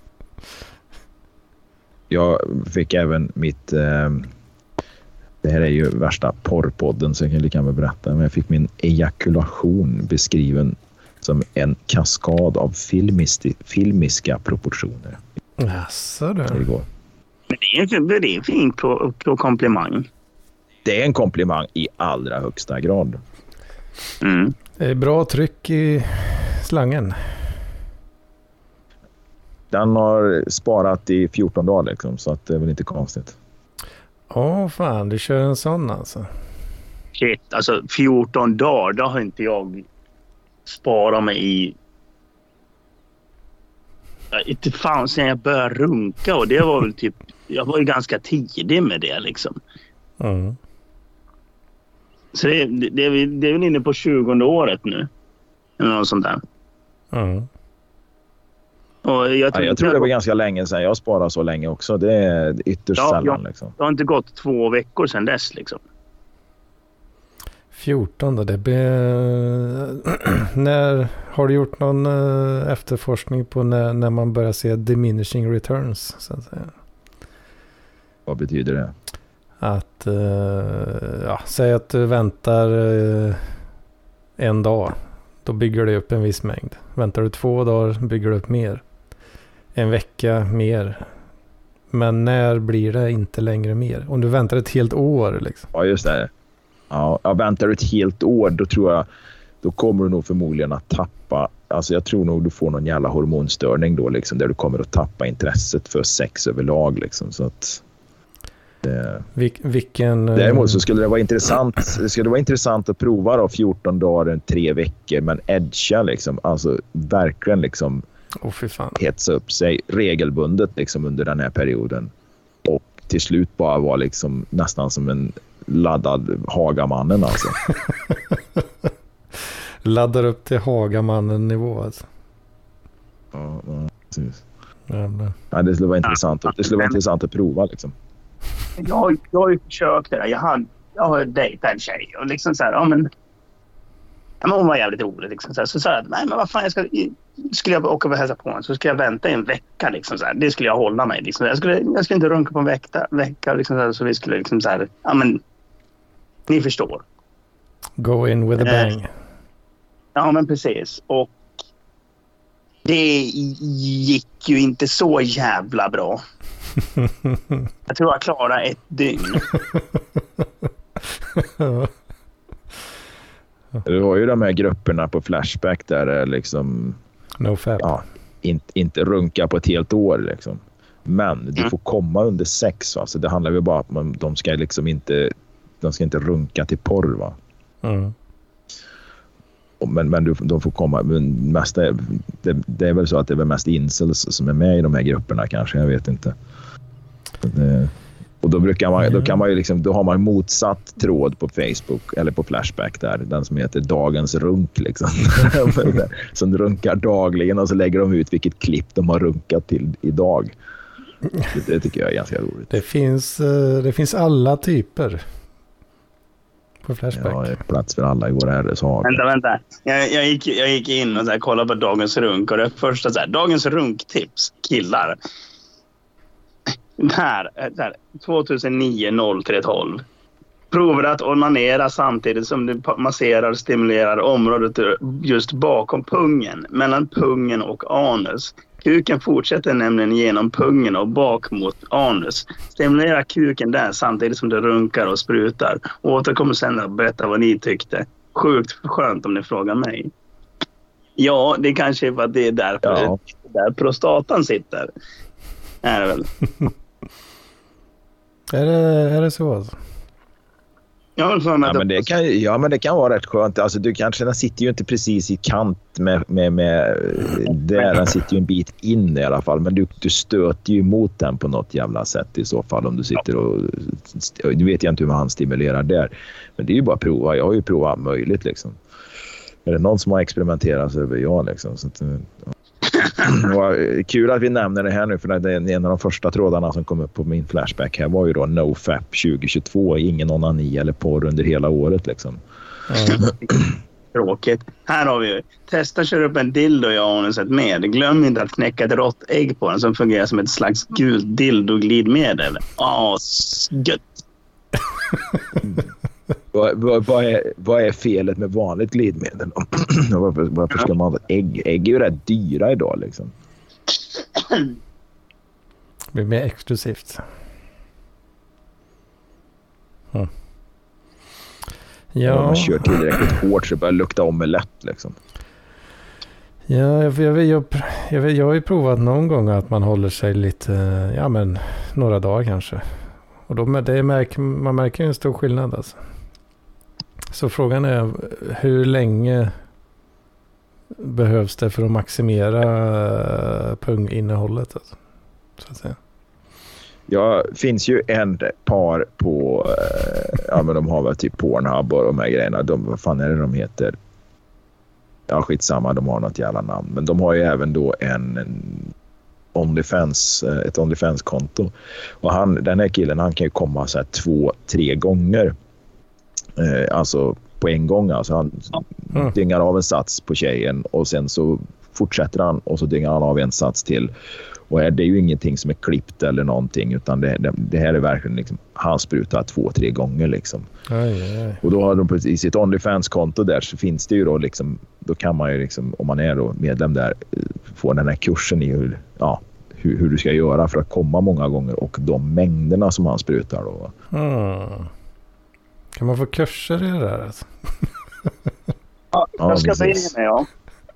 Jag fick även mitt eh, det här är ju värsta porrpodden så jag kan lika gärna berätta, men jag fick min ejakulation beskriven som en kaskad av filmisti, filmiska proportioner. Jaså du. Det går. Men det är, det är en fin pro, pro komplimang. Det är en komplimang i allra högsta grad. Mm. Det är bra tryck i slangen. Den har sparat i fjorton dagar liksom, så att det är väl inte konstigt. Åh fan, du kör en sån alltså. Shit, alltså fjorton dagar, då har inte jag sparat mig i... Inte fan sen jag började runka, och det var väl typ... Jag var ju ganska tidig med det liksom. Mm. Så det, det, det, är, det är väl inne på tjugonde året nu. Eller något sånt där. Mm. Och jag, tror ja, jag tror det var ganska länge sedan jag sparade så länge också. Det är ytterst ja, sällan. Jag, liksom. Det har inte gått två veckor sedan dess liksom. fjorton då, det blir... när har du gjort någon uh, efterforskning på när, när man börjar se diminishing returns så att säga? Vad betyder det? Att uh, ja, säg att du väntar uh, en dag, då bygger du upp en viss mängd. Väntar du två dagar bygger du upp mer. En vecka mer. Men när blir det inte längre mer? Om du väntar ett helt år liksom. Ja, just det. Ja, jag väntar ett helt år, då tror jag då kommer du nog förmodligen att tappa, alltså jag tror nog du får någon jävla hormonstörning då liksom, där du kommer att tappa intresset för sex överlag liksom, så att det, Vil- vilken däremot så skulle det vara intressant skulle det vara intressant att prova då fjorton dagar, tre veckor, men edga liksom, alltså verkligen liksom oh, fy fan. hetsa upp sig regelbundet liksom under den här perioden och till slut bara vara liksom nästan som en laddad Hagamannen alltså. Laddar upp till Hagamannen nivå alltså. Ja, ja precis. Jävlar. Ja, det skulle vara intressant. Det skulle vara intressant att prova liksom. Jag, jag har ju försökt det där. Jag har, jag har dejtat en tjej och liksom så här, ja men ja, men hon var jävligt rolig liksom så här. Så sa jag, nej men vad fan, jag ska, skulle jag åka och hälsa på henne så skulle jag vänta en vecka liksom så här. Det skulle jag hålla mig liksom. Jag skulle, jag skulle inte runka på en vecka, vecka liksom så här, så vi skulle liksom så här, ja men ni förstår. Go in with a bang. Ja men precis. Och det gick ju inte så jävla bra. Jag tror jag klarade ett dygn. Du har ju de här grupperna på Flashback där liksom no fap. Ja, inte, inte runka på ett helt år liksom. Men du mm. får komma under sex va? Så det handlar ju bara om att de ska liksom inte de ska inte runka till porr va. Mm. Men, men du, de får komma men mest är, det, det är väl så att det är väl mest incels som är med i de här grupperna kanske, jag vet inte. Det, och då brukar man då kan man ju liksom då har man motsatt tråd på Facebook eller på Flashback där, den som heter Dagens runk liksom. Som runkar dagligen och så lägger de ut vilket klipp de har runkat till idag. Det, det tycker jag är ganska roligt. Det finns det finns alla typer på Flashback. Ja, det är plats för alla i våra herres hage. Vänta, vänta. Jag, jag, gick, jag gick in och så här, kollade på Dagens runk och det första så här, Dagens runktips, killar. Här, här tjugohundranio noll tre tolv. Provar att onanera samtidigt som du masserar och stimulerar området just bakom pungen, mellan pungen och anus. Kuken fortsätter nämligen genom pungen och bak mot anus. Stimulera kuken där samtidigt som du runkar och sprutar. Och återkommer sen och berätta vad ni tyckte. Sjukt skönt om ni frågar mig. Ja, det kanske är för att det är därför ja. Där prostatan sitter. Är det väl? är, det, är det så alltså? Ja, ja, men det kan, ja, men det kan vara rätt skönt. Alltså, du kanske, den sitter ju inte precis i kant med, med, med där, den sitter ju en bit in i alla fall. Men du, du stöter ju emot den på något jävla sätt i så fall om du sitter och... Du vet jag inte hur man stimulerar där. Men det är ju bara att prova. Jag har ju provat möjligt liksom. Är det någon som har experimenterat så är det jag liksom. Så att, ja. Kul att vi nämner det här nu, för det är en av de första trådarna som kom upp på min Flashback här var ju då NoFap tjugo tjugotvå, ingen onani eller porr under hela året liksom. Mm. Tråkigt. Här har vi testa köra upp en dildo i anuset med. Glöm inte att knäcka ett rått ägg på den som fungerar som ett slags gult dildo-glidmedel. Ja, gött. Vad, vad, vad, är, vad är felet med vanligt glidmedel? varför, varför ska man ha ägg? Ägg är ju rätt dyra idag liksom. Det blir mer exklusivt. Mm. Ja. Om man kör tillräckligt hårt så börjar det lukta omelett liksom. Ja, jag, jag, jag, jag, jag har ju provat någon gång att man håller sig lite, ja men några dagar kanske. Och då det märker, man märker en stor skillnad alltså. Så frågan är hur länge behövs det för att maximera punginnehållet alltså, så att säga. Ja, finns ju en par på ja men de har väl typ Pornhub och de här grejerna. De, vad fan är det de heter? Ja, skitsamma, de har något jävla namn. Men de har ju även då en, en OnlyFans, ett OnlyFans-konto. Och han, den här killen, han kan ju komma så här två, tre gånger. Eh, alltså på en gång. Alltså han mm. dyngar av en sats på tjejen och sen så fortsätter han och så dyngar han av en sats till. Och det är ju ingenting som är klippt eller någonting, utan det, det, det här är verkligen liksom, han sprutar två, tre gånger liksom. Aj, aj. Och då har de i sitt OnlyFans-konto där så finns det ju då liksom, då kan man ju liksom, om man är då medlem där, få den här kursen i hur, ja, hur, hur du ska göra för att komma många gånger och de mängderna som han sprutar då. Mm. Kan man få kurser i det där alltså? Ja, jag ska ta in med, ja.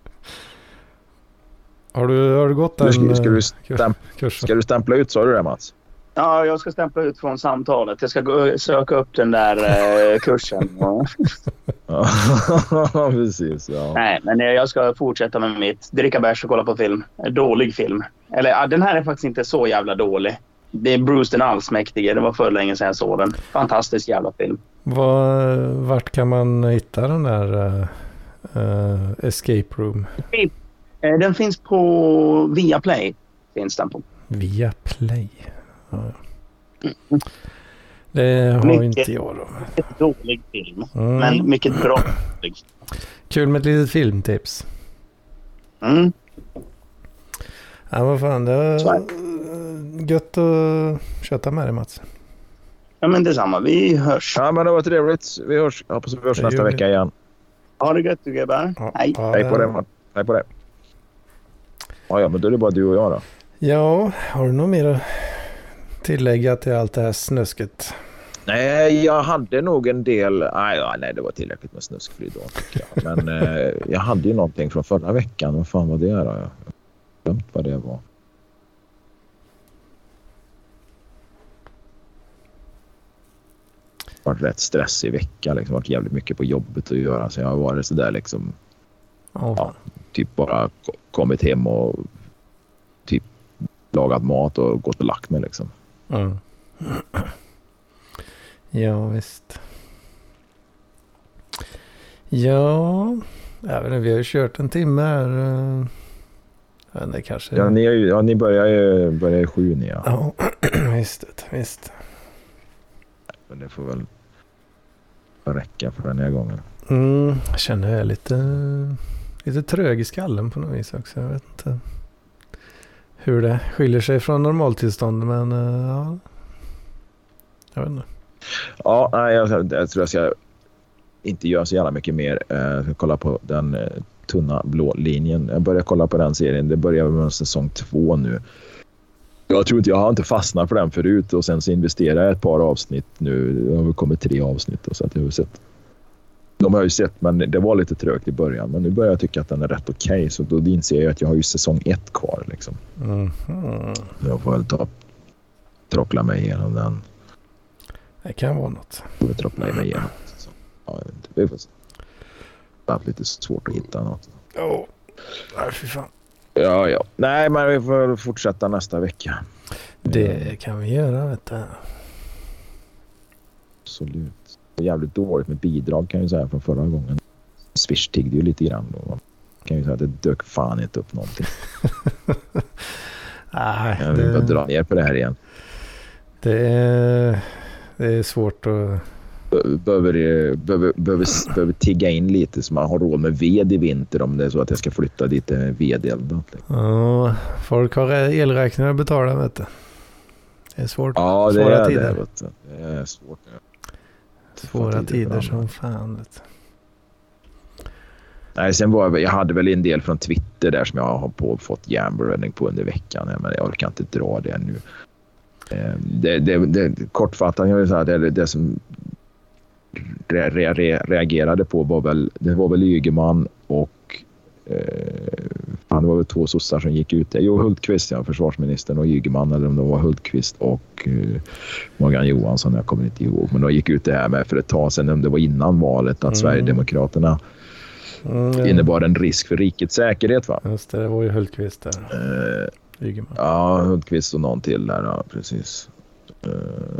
Har du, har du gått den ska, ska, du stämp, kursen? Ska du stämpla ut, sa du det, Mats? Ja, jag ska stämpla ut från samtalet. Jag ska gå, söka upp den där eh, kursen. Ja, precis. Ja. Nej, men jag ska fortsätta med mitt. Dricka bärs och kolla på film. Dålig film. Eller, ja, den här är faktiskt inte så jävla dålig. Det är Bruce den allsmäktige. Det var för länge sedan jag såg den. Fantastisk jävla film. Var, vart kan man hitta den där uh, uh, Escape Room? Den finns på Viaplay. Finns den på. Viaplay? Ja. Mm. Det har mycket, inte jag då. Mycket dålig film. Mm. Men mycket bra. Kul med ett litet filmtips. Mm. Ja, vad fan. Det är gött att köta med dig, Mats. Ja, men detsamma. Vi hörs. Ja, men det var trevligt. Vi hörs. Jag hoppas vi hörs nästa vecka igen. Ha det gött, du gubbar. Ja, hej. Ja, hej på det. Hej på det. Ja, ja, men då är det bara du och jag då. Ja, har du något mer att tillägga till allt det här snusket? Nej, jag hade nog en del... Nej, nej det var tillräckligt med snusk för idag, tycker jag. Men eh, jag hade ju någonting från förra veckan. Vad fan var det då? Jag har glömt vad det var. Det var rätt stressig vecka. Liksom. Det har varit jävligt mycket på jobbet att göra. Så jag har varit så där liksom... Oh. Ja, typ bara kommit hem och typ lagat mat och gått och lagt mig liksom. Mm. Ja, visst. Ja, jag vet inte, vi har ju kört en timme här. Ja, det kanske... Ja, ni, är ju, ja, ni börjar ju börjar ju sju ni, ja. Ja, visst, visst. Men det får väl räcka för den här gången. Mm, jag känner jag är lite, lite trög i skallen på något vis också. Jag vet inte hur det skiljer sig från normaltillstånd, men uh, ja, jag vet inte. Ja, nej, jag, jag tror jag ska inte göra så jävla mycket mer. Jag ska kolla på den uh, tunna blå linjen. Jag börjar kolla på den serien. Det börjar med säsong två nu. Jag tror inte, jag har inte fastnat för den förut och sen så investerar jag ett par avsnitt nu. Det har kommit tre avsnitt och så att jag har sett. De har jag ju sett, men det var lite trögt i början. Men nu börjar jag tycka att den är rätt okej. Okay, så då inser jag att jag har ju säsong ett kvar liksom. Mm-hmm. Jag får väl ta trockla mig igenom den. Det kan vara något. Jag får trockla mig igenom. Så, ja, jag vet inte. Vi får se. Det har haft lite svårt att hitta något. Ja, oh. Nej, fy fan. Ja, ja. Nej, men vi får fortsätta nästa vecka. Det kan vi göra, vet du. Absolut. Det är jävligt dåligt med bidrag kan jag säga från förra gången. Swish tiggde ju lite grann då. Kan ju säga att det dök fan inte upp någonting. Nej, jag vill bara dra ner på det här igen. Det är, det är svårt att... Behöver, behöver, behöver, behöver tigga in lite så man har råd med ved i vinter om det är så att jag ska flytta dit vedeldat. Ja, folk har elräkningar att betala, vet du. Det är svårt. Ja, det svåra är tider. det. Vet du. Det är svårt. Svåra tider, tider som fan. Vet du. Nej, sen var jag, jag hade väl en del från Twitter där som jag har på, fått hjärnblödning på under veckan. Men jag orkar inte dra det nu. Det, det, det, kortfattat, jag vill säga, det, det som re, re, re, reagerade på var väl, det var väl Ygeman och eh, fan, det var väl två sossar som gick ut. Jo, Hultqvist, ja, försvarsministern, och Ygeman, eller om det var Hultqvist och eh, Morgan Johansson, jag kommer inte ihåg. Men de gick ut det här med för ett tag sedan, om det var innan valet, att mm. Sverigedemokraterna mm, ja. innebar en risk för rikets säkerhet, va? Just det, det var ju Hultqvist där. Eh, Ja, Hultqvist och någon till där, ja, precis. Uh,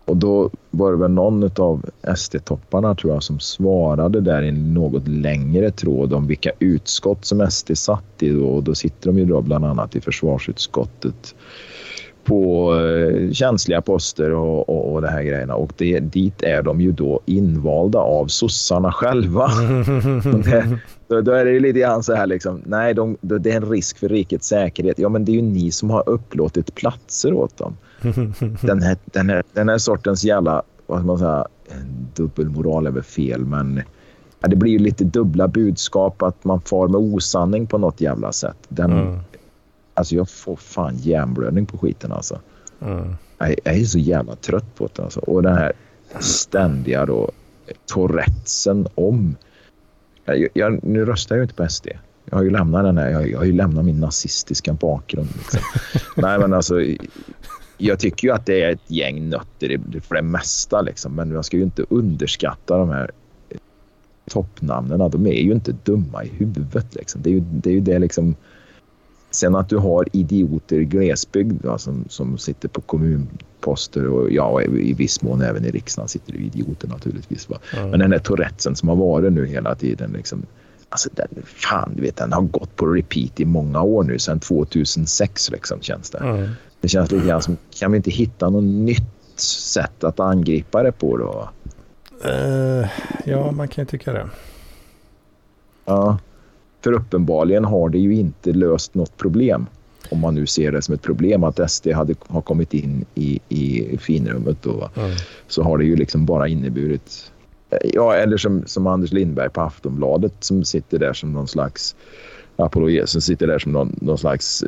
Och då var det väl någon av S D-topparna tror jag som svarade där i en något längre tråd om vilka utskott som S D satt i då. Och då sitter de ju då bland annat i försvarsutskottet på eh, känsliga poster och, och, och det här grejerna. Och det, dit är de ju då invalda av sossarna själva. det, då, då är det ju lite grann så här liksom, nej de, det är en risk för rikets säkerhet. Ja men det är ju ni som har upplåtit platser åt dem. Den här, den, här, den här sortens jävla, vad ska man säga, dubbelmoral är väl fel, men ja, det blir ju lite dubbla budskap att man far med osanning på något jävla sätt. Den, mm. Alltså jag får fan hjärnblödning på skiten alltså. Mm. Jag, jag är så jävla trött på det alltså. Och den här ständiga då Tourettesen om jag, jag, nu röstar jag ju inte på S D. Jag har ju lämnat den här, jag, jag har ju lämnat min nazistiska bakgrund liksom. Nej men alltså jag tycker ju att det är ett gäng nötter för det mesta liksom, men jag ska ju inte underskatta de här toppnamnen. De är ju inte dumma i huvudet liksom. Det är ju det, är ju det liksom. Sen att du har idioter i glesbygd va, som, som sitter på kommunposter och ja, i viss mån även i riksdagen sitter det idioter naturligtvis va. Mm. Men den här Tourettesen som har varit nu hela tiden liksom, alltså den, fan du vet den har gått på repeat i många år nu, sedan tvåtusensex liksom känns det. Mm. Det känns lite grann som, kan vi inte hitta något nytt sätt att angripa det på då? Uh, ja, man kan ju tycka det. Ja, för uppenbarligen har det ju inte löst något problem. Om man nu ser det som ett problem att S D hade, har kommit in i, i finrummet då. Mm. Så har det ju liksom bara inneburit, ja eller som, som Anders Lindberg på Aftonbladet som sitter där som någon slags apologet, som sitter där som någon, någon slags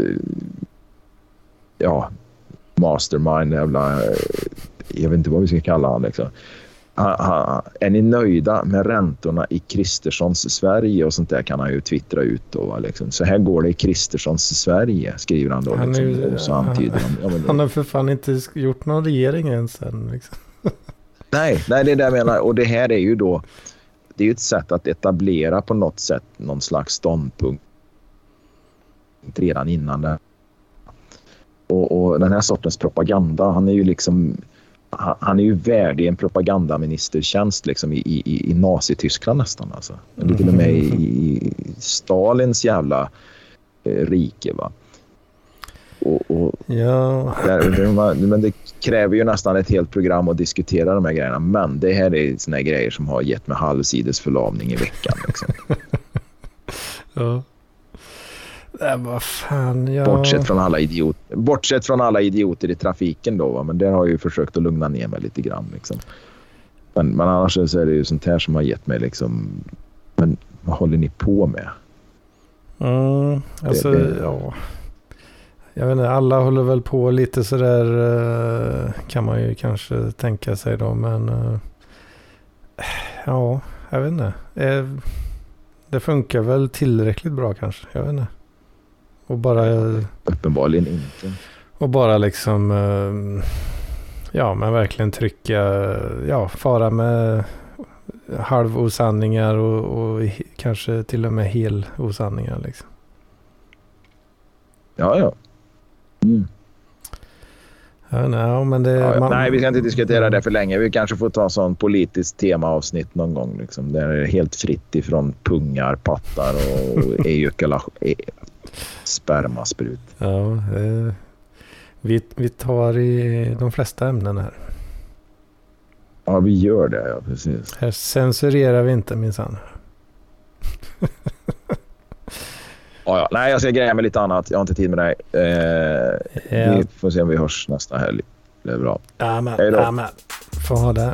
ja, mastermind jävla, jag vet inte vad vi ska kalla han liksom. Ha, ha, är ni nöjda med räntorna i Kristerssons Sverige och sånt där kan han ju twittra ut då liksom. Så här går det i Kristerssons Sverige skriver han då han liksom, ju, och så antyder han, ja, men han har för fan inte gjort någon regering ens än liksom. nej, nej det är det jag menar och det här är ju då det är ju ett sätt att etablera på något sätt någon slags ståndpunkt redan innan det. Och, och den här sortens propaganda, han är ju liksom han är ju värdig en propagandaministertjänst liksom i, i, i Nazityskland nästan alltså. Eller till och med i, i Stalins jävla eh, rike va. Och, och ja. där, men det kräver ju nästan ett helt program att diskutera de här grejerna, men det här är såna här grejer som har gett mig halvsides förlamning i veckan liksom. Ja. Äh, vad fan, ja. Bortsett från alla idioter. Bortsett från alla idioter i trafiken då va? Men där har jag ju försökt att lugna ner mig lite grann liksom. Men, men annars så är det ju sånt här som har gett mig liksom, men vad håller ni på med? Mm, alltså det, det... ja. Jag vet inte, alla håller väl på lite sådär kan man ju kanske tänka sig då, men ja, jag vet inte. Det funkar väl tillräckligt bra kanske, jag vet inte. Och bara uppenbarligen inte. Och bara liksom ja, men verkligen trycka, ja, fara med halvosanningar och, och kanske till och med hel osanningar liksom. Ja, ja. Mm. Ja, nej, men det, ja, ja. Man... nej, vi ska inte diskutera det för länge. Vi kanske får ta sån politiskt temaavsnitt någon gång. Liksom. Det är helt fritt ifrån pungar, pattar och ejakulation. Spermasprut. Ja, eh, vi, vi tar i de flesta ämnen här. Ja, vi gör det. Ja, precis. Här censurerar vi inte minsann. Ja, ja. Nej, jag ska greja med lite annat. Jag har inte tid med dig. Eh, ja. Vi får se om vi hörs nästa helg. Det är bra. Amen. Hej då. Amen. Får ha det.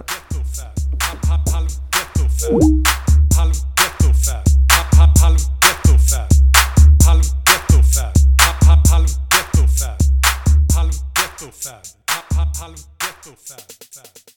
Halv ghetto fab, halv ghetto fab.